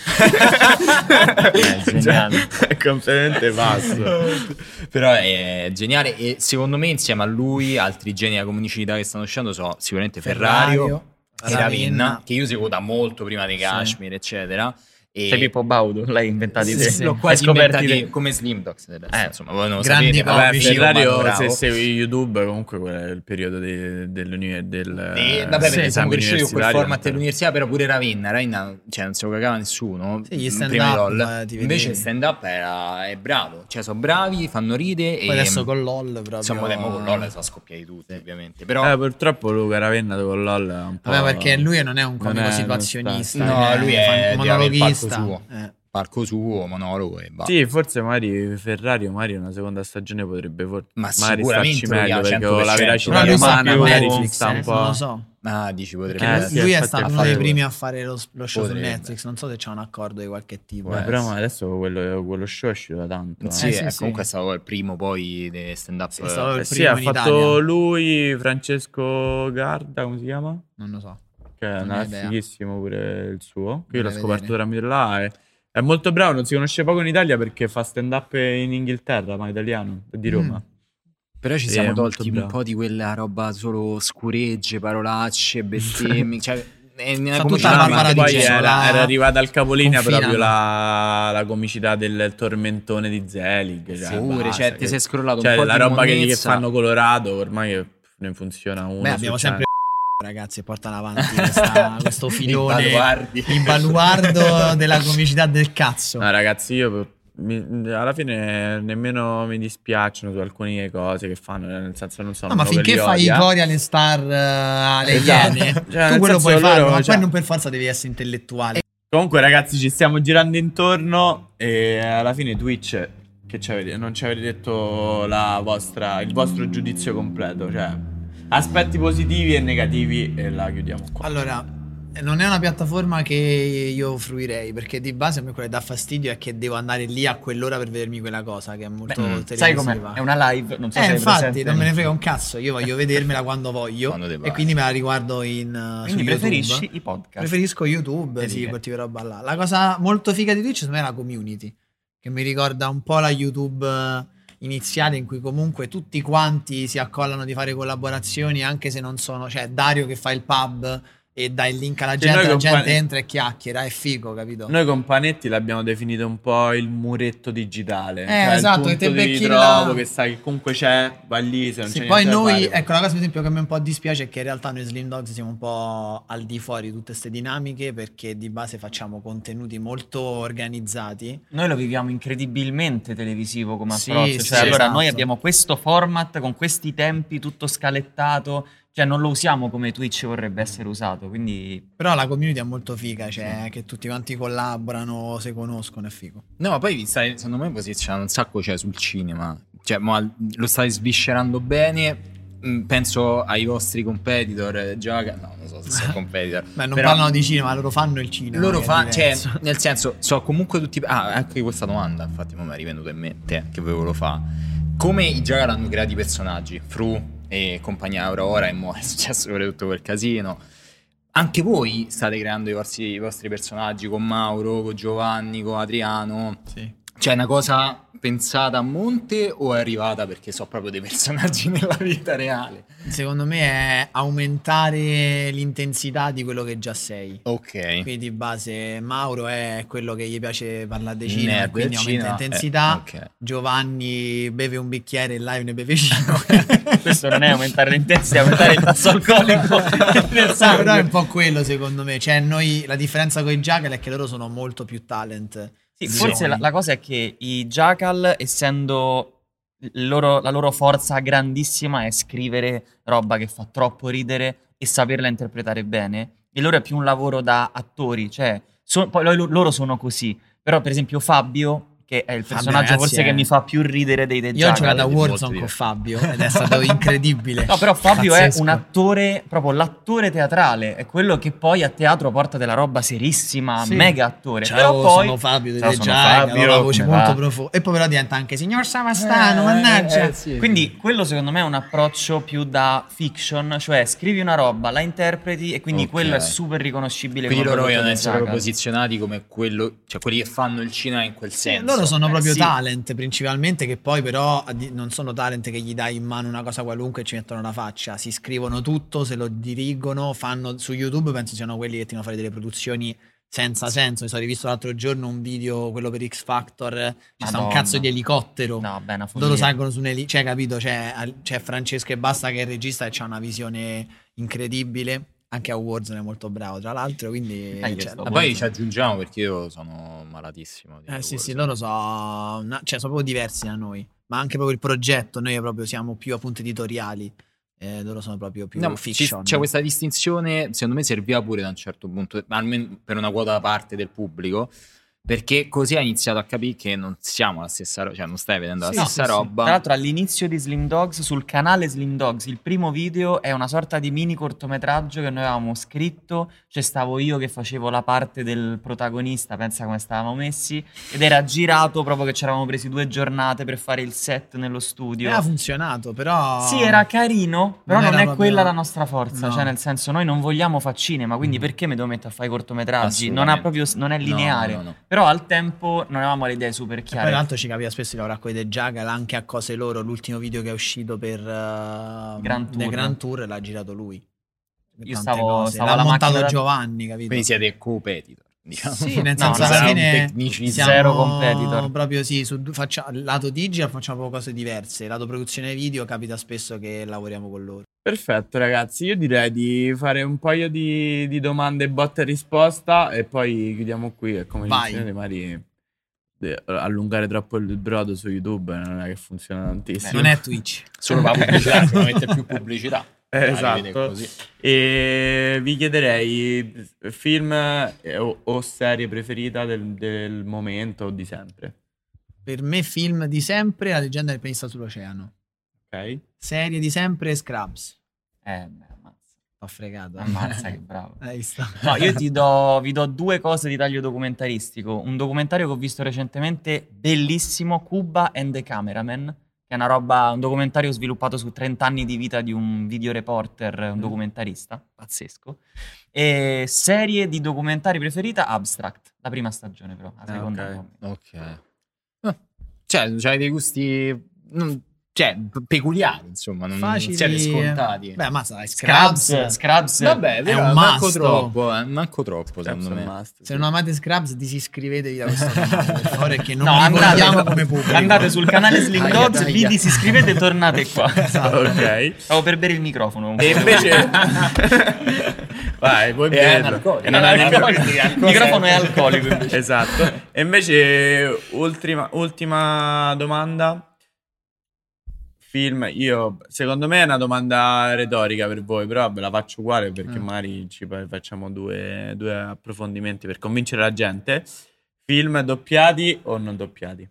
S2: È geniale.
S1: È completamente pazzo.
S4: Però è geniale e secondo me insieme a lui altri geni della comicità che stanno uscendo sono sicuramente Ferrario,
S3: Ferrario,
S4: e Ravenna,
S3: Ravenna.
S4: che io seguo da molto prima dei Kashmir eccetera. E
S2: Sei Pippo Baudo, l'hai inventati te.
S3: sì,
S4: l'ho
S2: Hai
S4: quasi
S2: scoperti
S4: inventati
S2: te.
S4: come Slim Dogs del resto,
S2: Eh,
S4: insomma voi non lo
S3: grandi
S4: sapete,
S1: Vabbè,
S3: comici,
S1: Ferrario,
S4: bravo.
S1: se segui YouTube, comunque quello è il periodo de- dell'uni- del.
S4: E, vabbè,
S1: sì,
S4: perché siamo
S1: esami
S4: cresciuti con quel
S1: universitari,
S4: format
S1: non-
S4: dell'università, però pure Ravenna, Ravenna, cioè non se lo cagava nessuno.
S3: Sì, gli
S4: mm,
S3: stand
S4: prima di
S3: up,
S4: LOL.
S3: eh, ti
S4: Invece
S3: vedevi.
S4: il stand up era, è bravo, cioè sono bravi, fanno ride
S3: Poi
S4: e
S3: adesso con LOL proprio.
S4: insomma demo con LOL sono scoppiati tutti ovviamente, però
S1: Eh, purtroppo Luca Ravenna con LOL è un po'.
S3: Vabbè, perché lui non è un comico
S1: non è-
S3: situazionista,
S4: non sta-
S3: cioè,
S4: no, lui è-
S3: fa-
S4: deve avere il
S3: monologhista.
S4: palco suo.
S3: Eh.
S4: parco suo, monologo e va.
S1: Sì, forse magari Ferrari o Mario una seconda stagione potrebbe for-
S4: Ma
S1: magari
S4: sicuramente
S1: starci
S4: lo
S1: meglio
S4: chiama
S1: perché con la
S4: cento per
S1: veracità
S3: Però lui sta
S1: romana
S3: più
S1: magari
S3: Netflix,
S1: ci sta un
S3: eh,
S1: po'.
S3: non lo so.
S4: Ah, dici potrebbe
S1: Eh,
S3: Lui,
S1: sì,
S3: lui è
S1: infatti
S3: stato
S1: ha
S3: uno dei
S1: fatto-
S3: primi a fare lo, lo show
S4: Potrebbe.
S3: su Netflix. Non so se c'è un accordo di qualche tipo.
S1: Eh,
S3: eh.
S1: però adesso quello, quello show è uscito da tanto. eh.
S4: Sì,
S3: Eh, sì,
S4: eh,
S3: sì.
S4: comunque è stato il primo poi dei stand up.
S3: Sì, è stato
S1: Eh
S3: il
S1: sì,
S3: primo
S1: ha
S3: in
S1: fatto
S3: Italia.
S1: lui, Francesco Garda, come si chiama?
S3: Non lo so.
S1: Che è
S3: Non
S1: una
S3: ho idea.
S1: fighissimo pure il suo. Che io l'ho
S3: Vorrei
S1: scoperto
S3: vedere.
S1: tramite là. È, è molto bravo, non si conosce poco in Italia perché fa stand up in Inghilterra, ma italiano, è di Roma.
S3: Mm.
S4: Però ci
S1: Sì,
S4: siamo
S1: è
S4: tolti
S1: molto
S4: un
S1: bravo.
S4: po' di quella roba solo scuregge, parolacce, bestemmi. Cioè, è nella
S3: Fa
S4: comicità
S3: tutta la
S1: ma
S3: Barbara
S1: poi
S3: Di Genzo,
S1: era,
S3: la-
S1: era arrivata al capolinea
S3: confinano.
S1: proprio la, la comicità del tormentone di Zelig. Cioè,
S4: Pure,
S1: basta,
S4: cioè, ti
S1: che-
S4: sei scrollato
S1: cioè,
S4: un po'
S1: la
S4: di
S1: roba che, che
S4: monnezza.
S1: fanno Colorado ormai eh, ne funziona uno.
S3: Beh,
S1: su
S3: abbiamo
S1: cento.
S3: sempre ragazzi portano avanti questa- questo filone,
S4: I baluardi.
S3: il baluardo della comicità del cazzo.
S1: No, ragazzi, io mi- alla fine nemmeno mi dispiacciono su alcune cose che fanno, nel senso non sono
S3: No, ma
S1: uno che
S3: finché
S1: li
S3: fai i
S1: odia.
S3: cori alle star, uh, alle
S1: Esatto.
S3: iene,
S1: Cioè,
S3: tu
S1: nel
S3: quello
S1: senso
S3: puoi farlo,
S1: loro,
S3: ma
S1: cioè-
S3: poi non per forza devi essere intellettuale.
S1: Comunque, ragazzi, ci stiamo girando intorno e alla fine Twitch, che ci avete, non ci avete detto la vostra, il vostro giudizio completo, cioè aspetti positivi e negativi e la chiudiamo qua.
S3: Allora, non è una piattaforma che io fruirei, perché di base a me quello che dà fastidio è che devo andare lì a quell'ora per vedermi quella cosa, che è molto
S4: Beh,
S3: televisiva.
S2: Sai com'è? È una live, non so
S3: Eh,
S2: se hai
S3: infatti,
S2: presente.
S3: non me ne frega un cazzo, io voglio vedermela quando voglio
S4: Quando te
S3: e
S4: pare.
S3: quindi me la riguardo in uh,
S2: Quindi
S3: su
S2: preferisci
S3: YouTube.
S2: i podcast.
S3: Preferisco YouTube,
S2: E
S3: sì,
S2: dire.
S3: quel tipo di roba là. La cosa molto figa di Twitch secondo me è la community, che mi ricorda un po' la YouTube eh, iniziale in cui comunque tutti quanti si accollano di fare collaborazioni anche se non sono, cioè Dario che fa il pub e dà il link alla
S1: Sì,
S3: gente,
S1: noi
S3: la
S1: con
S3: gente
S1: Pane-
S3: entra e chiacchiera, è figo, capito?
S1: Noi con Panetti l'abbiamo definito un po' il muretto digitale.
S3: Eh,
S1: cioè
S3: esatto,
S1: il
S3: che te
S1: punto di
S3: becchi
S1: ritrovo
S3: là.
S1: che sai che comunque c'è, vai lì, se non
S3: Sì,
S1: c'è
S3: poi
S1: niente da
S3: noi,
S1: fare.
S3: ecco, la cosa per esempio che a me un po' dispiace è che in realtà noi Slim Dogs siamo un po' al di fuori di tutte queste dinamiche perché di base facciamo contenuti molto organizzati.
S2: Noi lo viviamo incredibilmente televisivo come
S3: Sì,
S2: approccio.
S3: sì,
S2: Cioè, allora
S3: esatto.
S2: noi abbiamo questo format con questi tempi, tutto scalettato. Cioè, non lo usiamo come Twitch vorrebbe essere usato. Quindi,
S3: Però la community è molto figa, cioè che tutti quanti collaborano, si conoscono, è figo.
S4: No, ma poi vi stai, secondo me posizionando un sacco cioè, sul cinema. Cioè, mo lo stai sviscerando bene. Mm, Penso ai vostri competitor, eh, già che- no, non so se sono competitor.
S3: Beh, non
S4: però
S3: parlano di cinema, loro fanno il cinema.
S4: loro
S3: che è
S4: fanno, cioè,
S3: diverso.
S4: nel senso, so comunque tutti. Ah, anche questa domanda, infatti, mo mi è rivenuta in mente che volevo fa. Come i Jagal hanno creato i personaggi, Fru e compagnia Aurora, e mo è successo pure tutto quel casino. Anche voi state creando i vostri, i vostri personaggi con Mauro, con Giovanni, con Adriano.
S3: Sì.
S4: Cioè, è una cosa pensata a monte o è arrivata perché so proprio dei personaggi nella vita reale?
S3: Secondo me è aumentare l'intensità di quello che già sei.
S4: Ok.
S3: Quindi di base Mauro è quello che gli piace parlare di cinema,
S4: Nerd
S3: quindi
S4: del
S3: aumenta
S4: cinema,
S3: l'intensità.
S4: eh, ok.
S3: Giovanni beve un bicchiere e live ne beve cinque.
S2: questo non è aumentare l'intensità, è aumentare il tasso alcolico nel
S3: Però è
S2: sangue.
S3: un po' quello secondo me. Cioè noi, la differenza con i Jackal è che loro sono molto più talent.
S2: Sì,
S3: di
S2: forse
S3: noi.
S2: la, la cosa è che i Jackal, essendo il loro- la loro forza grandissima è scrivere roba che fa troppo ridere e saperla interpretare bene. il loro è più un lavoro da attori, cioè so- poi lo- loro sono così, però per esempio Fabio, che è il
S3: Fabio,
S2: personaggio
S3: ragazzi,
S2: forse
S3: è-
S2: che mi fa più ridere dei The
S3: Io ho giocato a
S4: Jackal è
S3: Warzone
S4: molto
S3: con
S4: diverso.
S3: Fabio ed è stato incredibile.
S2: No, però Fabio
S3: Pazzesco.
S2: è un attore, proprio l'attore teatrale, è quello che poi a teatro porta della roba serissima,
S3: Sì.
S2: mega attore.
S3: Ciao,
S2: però poi
S3: sono Fabio
S2: Ciao,
S3: delle
S2: sono
S3: Jackal,
S2: Fabio,
S3: la voce
S2: come
S3: molto
S2: va?
S3: profonda. E poi però diventa anche signor Savastano,
S4: Eh,
S3: mannaggia.
S4: eh, sì.
S2: Quindi quello secondo me è un approccio più da fiction, cioè scrivi una roba, la interpreti e quindi
S4: Ok.
S2: quello è super riconoscibile.
S4: Quindi
S2: come
S4: loro
S2: prodotto
S4: vogliono
S2: da
S4: essere
S2: Jackal.
S4: posizionati come quello, cioè quelli che fanno il cinema in quel
S3: Sì,
S4: senso.
S3: loro sono
S4: Eh,
S3: proprio
S4: sì.
S3: talent principalmente, che poi però addi- non sono talent che gli dai in mano una cosa qualunque e ci mettono la faccia, si scrivono tutto, se lo dirigono, fanno su YouTube, penso siano quelli che tirano fuori delle produzioni senza senso. Mi sono rivisto l'altro giorno un video, quello per X Factor, c'è sta un
S2: Madonna.
S3: cazzo di elicottero.
S2: No, beh, una follia.
S3: Loro salgono su un elicottero, cioè capito, c'è, c'è Francesco e Basta che è il regista e c'ha una visione incredibile, anche a Warzone è molto bravo tra l'altro, quindi
S2: Eh, io
S3: cioè,
S2: sto
S4: Ma poi ci aggiungiamo perché io sono malatissimo. di
S3: eh sì, sì,
S4: Warzone.
S3: loro sono, una- cioè, sono proprio diversi da noi, ma anche proprio il progetto, noi proprio siamo più appunto editoriali, eh, loro sono proprio più
S4: No, ma ci-
S3: fiction.
S4: c'è questa distinzione, secondo me serviva pure da un certo punto, almeno per una quota parte del pubblico, perché così ha iniziato a capire che non siamo la stessa roba, cioè non stai vedendo la
S3: Sì,
S4: stessa
S3: sì, sì.
S4: roba.
S2: Tra l'altro all'inizio di Slim Dogs, sul canale Slim Dogs, il primo video è una sorta di mini cortometraggio che noi avevamo scritto, cioè stavo io che facevo la parte del protagonista, pensa come stavamo messi, ed era girato proprio che ci eravamo presi due giornate per fare il set nello studio.
S3: E ha funzionato, però...
S2: Sì, era carino, però
S3: Non
S2: non,
S3: era
S2: è
S3: proprio-
S2: quella la nostra forza,
S3: No.
S2: cioè nel senso noi non vogliamo fare cinema, quindi perché mi devo mettere a fare i cortometraggi? Non ha
S4: Assolutamente.
S2: proprio, non è
S4: No,
S2: lineare,
S4: no, no.
S2: però al tempo non avevamo le idee super
S3: E poi
S2: chiare.
S3: tra l'altro ci capiva spesso di lavorare con i The Jackal anche a cose loro, l'ultimo video che è uscito per uh,
S2: Grand
S3: The
S2: Tour.
S3: Grand Tour l'ha girato lui.
S2: Io
S3: Tante
S2: stavo-
S3: cose.
S2: stavo
S3: L'ha
S2: alla
S3: montato
S2: macchina da-
S3: Giovanni, capito?
S4: Quindi siete competitor, diciamo.
S3: Sì, nel
S2: No,
S3: senso
S2: no,
S3: alla
S4: sarà un
S3: fine
S4: tecnicismo.
S3: siamo
S2: Zero competitor.
S3: proprio sì, su, faccia- lato digital facciamo proprio cose diverse, lato produzione video capita spesso che lavoriamo con loro.
S1: Perfetto, ragazzi. Io direi di fare un paio di, di domande botta e risposta e poi chiudiamo qui. E come
S3: Vai.
S1: dicevo, magari eh, allungare troppo il brodo su YouTube non è che funziona tantissimo.
S3: Non è Twitch.
S4: Solo la pubblicità, se non mette più pubblicità.
S1: Eh,
S4: Magari vede
S1: esatto.
S4: così.
S1: E vi chiederei film eh, o, o serie preferita del, del momento o di sempre.
S3: Per me film di sempre, La leggenda del pianista sull'oceano.
S1: Ok?
S3: Serie di sempre, Scrubs.
S2: Eh, beh, ammazza.
S3: Ho fregato. eh.
S2: Ammazza che bravo.
S3: Hai visto?
S2: No, io ti do, vi do due cose di taglio documentaristico. Un documentario che ho visto recentemente, bellissimo, Cuba and the Cameraman, che è una roba, un documentario sviluppato su trenta anni di vita di un videoreporter, un documentarista, pazzesco. E serie di documentari preferita, Abstract, la prima stagione però, la
S1: Ah,
S2: seconda
S1: ok.
S2: no.
S4: Ok. Ah, Cioè, c'hai dei gusti non- cioè, p- peculiari, insomma, non, non
S3: Facili.
S4: siete scontati.
S3: Beh, ma sai,
S2: Scrubs,
S3: Scrubs.
S2: Scrubs,
S4: Vabbè,
S3: è
S4: però
S3: un
S4: manco
S3: must.
S4: troppo, eh, manco troppo, secondo
S1: Scrubs
S4: me.
S1: è un must,
S3: Se
S1: sì.
S3: non amate Scrubs, disiscrivetevi da questo canale, per favore, che non
S2: No,
S3: vi
S2: andate,
S3: vogliamo come pubblico.
S2: andate sul canale Slim
S4: Aia,
S2: Dogs,
S4: aia.
S2: vi disiscrivete e tornate qua.
S3: Esatto.
S1: Ok.
S2: Stavo per bere il microfono.
S1: E invece... Vai, puoi
S4: È
S1: berlo.
S4: analcolico.
S1: E non hai
S2: Eh,
S1: nemmeno-
S2: il microfono è alcolico invece.
S1: Esatto. E invece, ultima, ultima domanda. Film, io, secondo me è una domanda retorica per voi, però ve la faccio uguale perché
S3: Mm.
S1: magari ci poi facciamo due, due approfondimenti per convincere la gente. Film doppiati o non doppiati?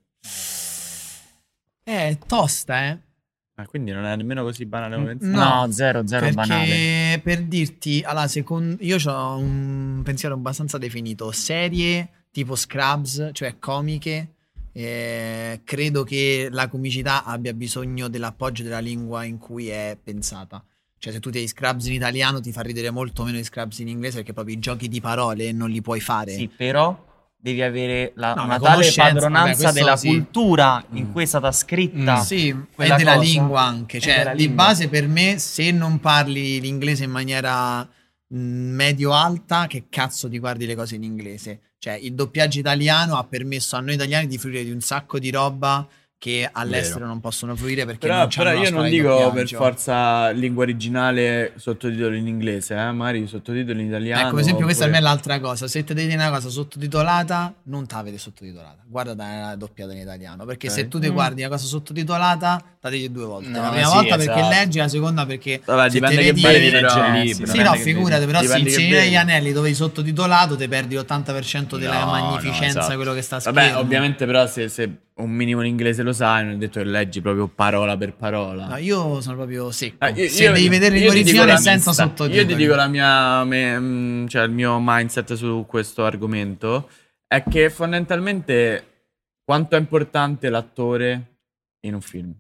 S3: È tosta, eh.
S1: Ah, quindi non è nemmeno così banale come
S3: Mm,
S1: pensavo.
S2: No, zero, zero
S3: Perché
S2: banale.
S3: per dirti, allora, secon- io ho un pensiero abbastanza definito. Serie tipo Scrubs, cioè comiche, eh, credo che la comicità abbia bisogno dell'appoggio della lingua in cui è pensata. Cioè, se tu ti hai Scrubs in italiano ti fa ridere molto meno di Scrubs in inglese, perché proprio i giochi di parole non li puoi fare.
S2: Sì, però devi avere la,
S3: No,
S2: una
S3: la
S2: tale
S3: conoscenza,
S2: padronanza
S3: vabbè, questo
S2: della
S3: sì.
S2: cultura in
S1: Mm.
S2: cui è stata scritta.
S4: Mm.
S3: Sì,
S2: quella
S3: è della
S2: cosa
S3: lingua anche,
S2: è
S3: cioè
S2: della
S3: di
S2: lingua.
S3: base per me se non parli l'inglese in maniera mh, medio-alta, che cazzo ti guardi le cose in inglese? Cioè il doppiaggio italiano ha permesso a noi italiani di fruire di un sacco di roba che all'estero
S4: Vero.
S3: non possono fruire perché
S1: Però,
S3: non c'hanno
S1: però
S3: la
S1: io non
S3: scuola di
S1: dico per
S3: doppiaggio.
S1: forza lingua originale, sottotitoli in inglese, eh? Magari sottotitoli in italiano.
S3: Ecco, per esempio, questa per me è
S1: oppure-
S3: l'altra cosa. Se ti devi dire una cosa sottotitolata, non te la vedi sottotitolata. Guarda da doppiata in italiano. Perché
S1: Ok.
S3: se tu ti
S2: Mm.
S3: guardi una cosa sottotitolata, te la devi due volte.
S4: No,
S3: la prima
S4: sì,
S3: volta perché
S4: esatto.
S3: leggi, la seconda perché.
S1: Vabbè,
S3: se
S1: dipende
S3: te
S1: che
S3: vedi-
S1: vedi,
S4: legge
S1: però.
S4: il libro.
S3: Sì,
S1: Dipende
S3: no,
S1: che
S3: figurati,
S1: vedi.
S3: però se
S1: Dipende che
S3: insegni
S1: vedi.
S3: negli anelli dove hai sottotitolato, ti perdi l'ottanta per cento della
S4: No, no,
S3: magnificenza
S4: esatto.
S3: quello che sta scritto.
S1: Vabbè, ovviamente però se, se un minimo l'inglese lo sai, non è detto che leggi proprio parola per parola.
S3: No, io sono proprio secco.
S1: Ah, io-
S3: se
S1: io-
S3: devi vedere
S1: io
S3: in
S1: ti dico
S3: originale
S1: la
S3: senza
S1: mia-
S3: sottotitoli.
S1: Io ti dico la mia, me- mm, cioè il mio mindset su questo argomento è che fondamentalmente quanto è importante l'attore in un film.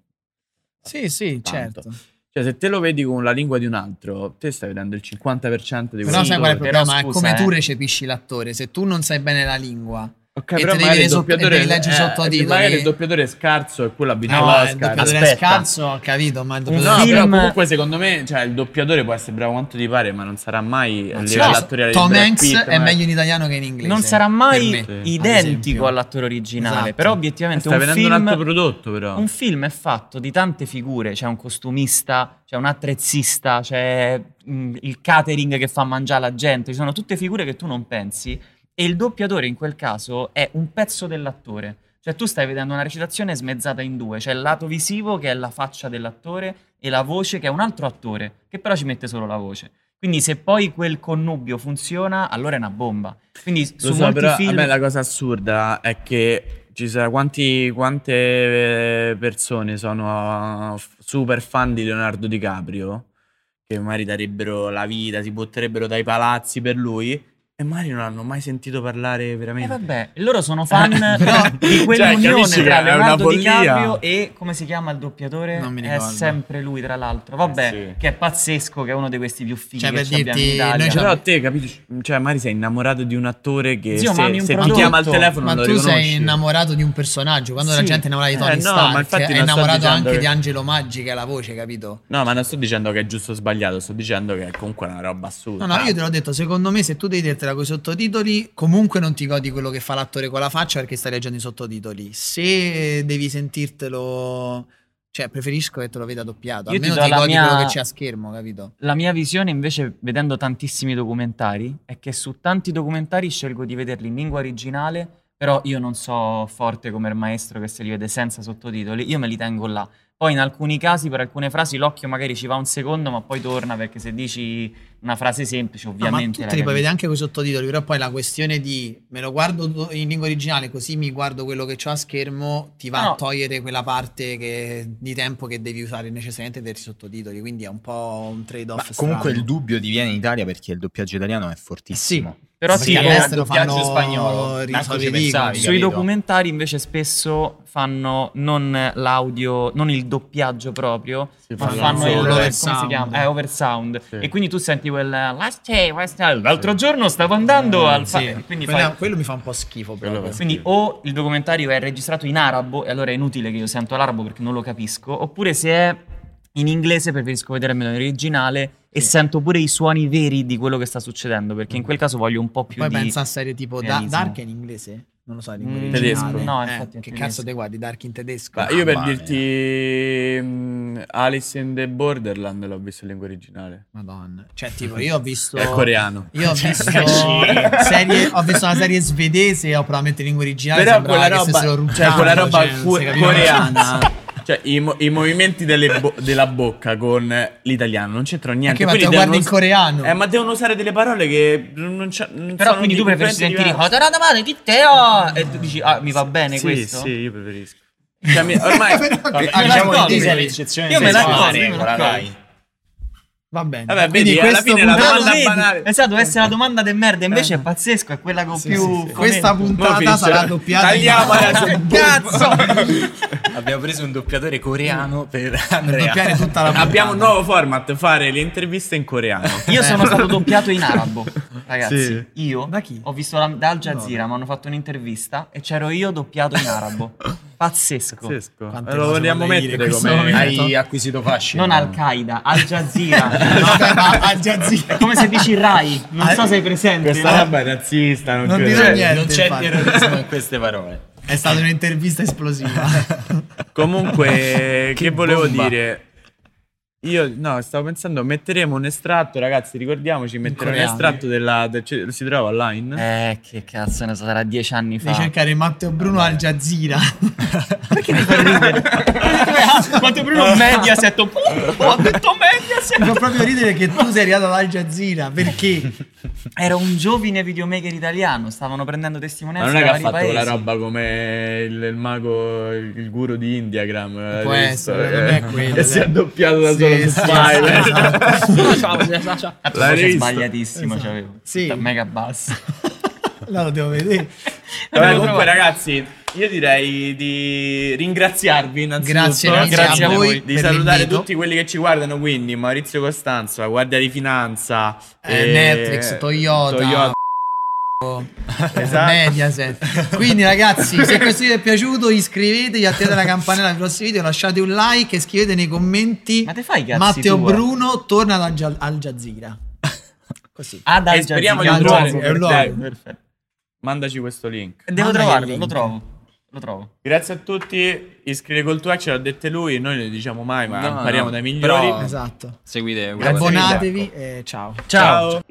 S3: Sì, sì,
S1: Tanto.
S3: certo.
S1: Cioè se te lo vedi con la lingua di un altro, te stai vedendo il cinquanta per cento di
S3: Però
S1: quello
S3: sai
S1: che
S3: qual è il
S1: tu-
S2: però
S3: problema? È
S2: scusa,
S3: come tu
S2: eh.
S3: recepisci l'attore. Se tu non sai bene la lingua
S1: Ok,
S3: e
S1: però
S3: te devi
S1: magari il
S3: vedere sotto- e
S1: doppiatore
S3: devi leggere i
S1: eh,
S3: sottotitoli.
S1: magari il doppiatore è scarso e quello ha vinto
S3: no, il
S1: l'Oscar.
S3: doppiatore è
S2: Aspetta.
S3: scarso, ho capito, ma il
S2: Un
S1: No,
S3: doppiatore
S2: film-
S1: però comunque secondo me, cioè, il doppiatore può essere bravo quanto ti pare, ma non sarà mai a
S3: No,
S1: livello
S3: no,
S1: attoriale
S3: Tom
S1: di Brad
S3: Hanks
S1: Pitt,
S3: è
S1: ma-
S3: meglio in italiano che in inglese.
S2: Non sarà mai
S3: per me,
S1: Sì.
S3: ad
S2: identico
S3: esempio.
S2: all'attore originale,
S3: Esatto.
S2: però
S1: Eh,
S2: obiettivamente
S1: stai
S2: un
S1: vedendo un altro
S2: film,
S1: prodotto però.
S2: un film è fatto di tante figure, c'è un costumista, c'è un attrezzista, c'è mm, il catering che fa mangiare la gente, ci sono tutte figure che tu non pensi e il doppiatore in quel caso è un pezzo dell'attore. Cioè tu stai vedendo una recitazione smezzata in due, c'è il lato visivo che è la faccia dell'attore e la voce che è un altro attore, che però ci mette solo la voce. Quindi se poi quel connubio funziona, allora è una bomba. Quindi su
S1: Lo so,
S2: molti
S1: però
S2: film...
S1: a me la cosa assurda è che ci sarà quanti, quante persone sono uh, super fan di Leonardo DiCaprio che magari darebbero la vita, si butterebbero dai palazzi per lui e magari non hanno mai sentito parlare
S2: Eh
S1: veramente.
S2: vabbè, loro sono fan
S3: però-
S2: di quell'unione
S1: Cioè, capisci che
S2: tra
S1: è una
S2: Leonardo
S1: follia.
S2: DiCaprio e come si chiama il doppiatore?
S3: Non mi
S2: È
S3: ricordo.
S2: sempre lui, tra l'altro. Vabbè,
S1: Eh sì.
S2: che è pazzesco, che è uno di questi più fighi
S3: Cioè,
S2: che
S3: per
S2: ci abbiamo in
S3: dirti,
S2: Italia.
S3: noi ci
S1: Però te capisci, cioè magari sei innamorato di un attore che
S2: Zio, ma ami
S1: se,
S2: un
S1: se ti
S2: prodotto.
S1: chiama al telefono
S3: Ma
S1: non
S3: tu
S1: lo
S3: sei
S1: riconosci.
S3: innamorato di un personaggio. Quando la
S2: Sì.
S3: gente è innamorata di
S1: Eh,
S3: Tony
S1: no,
S3: Stark,
S1: ma infatti
S3: è
S1: non sto
S3: innamorato
S1: dicendo
S3: anche
S1: che-
S3: di Angelo Maggi, che è la voce, capito?
S1: No, ma non sto dicendo che è giusto o sbagliato, sto dicendo che è comunque una roba assurda.
S3: No, no, io te l'ho detto, secondo me se tu devi dirtela con i sottotitoli, comunque non ti godi quello che fa l'attore con la faccia perché stai leggendo i sottotitoli. Se devi sentirtelo, cioè preferisco che te lo veda doppiato,
S2: Io ti
S3: almeno
S2: do
S3: ti,
S2: la
S3: godi
S2: mia-
S3: quello che c'è a schermo, capito?
S2: La mia visione invece, vedendo tantissimi documentari, è che su tanti documentari scelgo di vederli in lingua originale, però io non so forte come il maestro che se li vede senza sottotitoli, io me li tengo là. Poi in alcuni casi, per alcune frasi, l'occhio magari ci va un secondo, ma poi torna perché se dici una frase semplice,
S3: No, ma
S2: ovviamente...
S3: tu
S2: la
S3: te li puoi
S2: capisci.
S3: vedere anche con i sottotitoli, però poi la questione di me lo guardo do- in lingua originale così mi guardo quello che c'ho a schermo, ti va
S2: No.
S3: a togliere quella parte che- di tempo che devi usare necessariamente per i sottotitoli, quindi è un po' un
S4: Ma
S3: trade-off
S4: comunque
S3: strano.
S4: il dubbio diviene in Italia perché il doppiaggio italiano è fortissimo.
S2: Però
S3: Perché
S2: sì,
S3: all'estero
S4: il doppiaggio
S3: fanno
S4: spagnolo,
S3: ri-
S4: manco
S3: sono
S4: ci
S3: ridicoli.
S4: pensavi,
S2: sui
S4: capito?
S2: documentari invece spesso fanno non l'audio, non il doppiaggio proprio,
S1: Sì,
S2: ma
S1: fanno
S2: fanno
S1: solo
S2: il come si
S3: l'oversound.
S2: chiama? Eh, oversound.
S1: Sì.
S2: E quindi tu senti quel last day, last day. L'altro giorno stavo andando al fa-
S3: Sì,
S2: quindi
S3: quella-
S2: fai-
S3: quello mi fa un po' schifo
S1: Quello
S3: proprio.
S1: fa
S2: quindi o il documentario è registrato in arabo e allora è inutile che io sento l'arabo perché non lo capisco, oppure se è in inglese preferisco vedermelo in originale e
S3: Sì.
S2: sento pure i suoni veri di quello che sta succedendo, perché in quel caso voglio un po' più
S3: Poi
S2: di
S3: pensa a serie tipo Da-
S2: realismo.
S3: Dark è in inglese? Non lo so, in lingua
S2: Mm,
S3: originale.
S1: tedesco.
S2: No,
S3: Eh,
S2: infatti è
S3: che
S2: tedesco.
S3: cazzo te guardi Dark in tedesco?
S1: Ma io per
S4: Mamma
S1: dirti mh, Alice in the Borderland l'ho visto in lingua originale.
S3: Madonna. Cioè, tipo, io ho visto
S1: È coreano.
S3: Io ho
S4: Cioè,
S3: visto
S4: sì.
S3: serie, ho visto una serie svedese e ho provato in lingua originale.
S1: Però
S3: sembrava
S1: quella
S3: che stessero
S1: roba,
S3: ruttando,
S1: cioè quella roba
S3: cioè, non
S1: cu-
S3: si capiva un
S1: coreana, cioè i, mo- i movimenti delle bo- della bocca con l'italiano non c'entrano niente.
S3: Perché ma te
S1: Quelli
S3: lo guardi in
S1: devono us-
S3: coreano.
S1: Eh, ma devono usare delle parole che non c'è. non
S2: Però
S1: sono
S2: quindi tu
S1: di-
S2: preferisci
S1: completamente
S2: sentire
S1: diverse.
S2: di Teo e tu dici ah mi va bene
S1: Sì,
S2: questo?
S1: sì, io preferisco. Cioè, mi- ormai
S4: Vabbè,
S3: Ah,
S4: diciamo
S3: no,
S4: che
S3: no,
S4: sei
S3: no,
S4: l'eccezione
S2: io me
S4: senza
S2: la
S4: la
S2: ricordo, io me la
S4: regola,
S2: ricordo.
S4: dai.
S3: Va bene.
S1: Vabbè,
S3: Quindi
S1: vedi, alla
S3: questo
S1: fine la
S3: puntata-
S1: domanda
S2: Vedi?
S1: banale.
S2: Esatto, deve essere la domanda del merda, invece
S3: Eh.
S2: è pazzesco, è quella con
S3: Sì,
S2: più
S3: sì, sì.
S2: fomento.
S3: Questa
S1: Mo
S3: puntata
S1: finisce-
S3: sarà doppiata.
S1: Tagliamo
S3: in-
S1: adesso.
S3: Cazzo!
S4: Abbiamo preso un doppiatore coreano per
S3: Per
S4: Andrea.
S3: doppiare tutta la puntata.
S1: Abbiamo un nuovo format, fare le interviste in coreano.
S2: Io sono stato doppiato in arabo, ragazzi.
S1: Sì.
S2: Io
S3: Da chi?
S2: ho visto la, da Al Jazeera, mi hanno fatto un'intervista e c'ero io doppiato in arabo. Pazzesco.
S1: Pazzesco.
S3: Quante
S1: Eh, Lo
S3: cose
S1: vogliamo
S3: vorrei dire
S1: mettere
S3: in questo
S1: come...
S3: momento.
S4: Hai acquisito fascino.
S2: Non Al-Qaeda, Al Jazeera.
S3: Vabbè, ma Al Jazeera.
S2: È come se dici Rai, non so se hai presente.
S1: Questa
S2: no?
S1: roba è razzista, non,
S3: Non
S1: credo.
S3: dirò
S1: Cioè,
S3: niente.
S4: Non c'è
S3: infatti.
S4: terrorismo in queste parole.
S3: È stata un'intervista esplosiva.
S1: Comunque, che, volevo
S4: bomba.
S1: dire? Io no, stavo pensando, metteremo un estratto, ragazzi, ricordiamoci, metteremo un
S3: coreano.
S1: estratto della, del- cioè, si trova online?
S2: Eh, che cazzo ne so, sarà dieci anni fa.
S3: Devi cercare Matteo Bruno Al Jazeera.
S2: Perché mi fa ridere? Quanto Bruno Mediaset. Oh, ho detto Mediaset.
S3: Mi fa proprio ridere che tu sei arrivato ad Al Jazeera. Perché?
S2: Era un giovane videomaker italiano, stavano prendendo testimonianze
S1: Ma non è che
S2: da
S1: ha
S2: vari
S1: fatto quella
S2: paesi.
S1: roba come il, il mago, il guru di Indiagram. eh,
S3: Può
S1: visto?
S3: essere, non è quello,
S1: E si è
S3: dai.
S1: doppiato da
S3: Sì,
S1: solo
S3: sì,
S1: su Fiverr.
S2: La
S1: L'hai
S2: voce
S1: visto?
S2: sbagliatissimo
S3: Esatto.
S2: c'avevo.
S3: Sì.
S2: Tutta mega bassa.
S3: No, lo devo vedere.
S1: Vabbè,
S2: Devo
S1: comunque,
S2: provare.
S1: ragazzi, io direi di ringraziarvi innanzitutto.
S3: Grazie, grazie,
S2: Grazie
S3: a
S2: a
S3: voi.
S2: voi.
S1: Di
S3: per
S1: salutare
S3: l'invito.
S1: tutti quelli che ci guardano, quindi Maurizio Costanzo, la Guardia di Finanza,
S3: Eh,
S1: e-
S3: Netflix, Toyota.
S1: Toyota. Esatto.
S3: Mediaset. Quindi ragazzi, se questo video vi è piaciuto, iscrivetevi, attivate la campanella per i prossimi video, lasciate un like e scrivete nei commenti
S2: Ma te fai i cazzi
S3: Matteo
S2: tua?
S3: Bruno torna al, Gia- al Jazeera. Così.
S2: Ah, dai,
S1: E speriamo di
S3: Jazeera,
S1: trovare
S3: è un
S1: per
S3: luogo.
S1: te.
S2: Perfetto.
S1: Mandaci questo link.
S2: Devo
S3: Mandagli il
S2: trovarlo,
S3: link.
S2: lo trovo. Lo trovo.
S1: Grazie a tutti. Iscrivetevi col tuo ce l'ha dette lui. Noi non le diciamo mai, ma
S4: No,
S1: impariamo
S4: no,
S1: dai migliori.
S4: però-
S3: Esatto.
S4: Seguite.
S1: Grazie mille.
S3: Abbonatevi e ciao.
S2: Ciao.
S1: Ciao.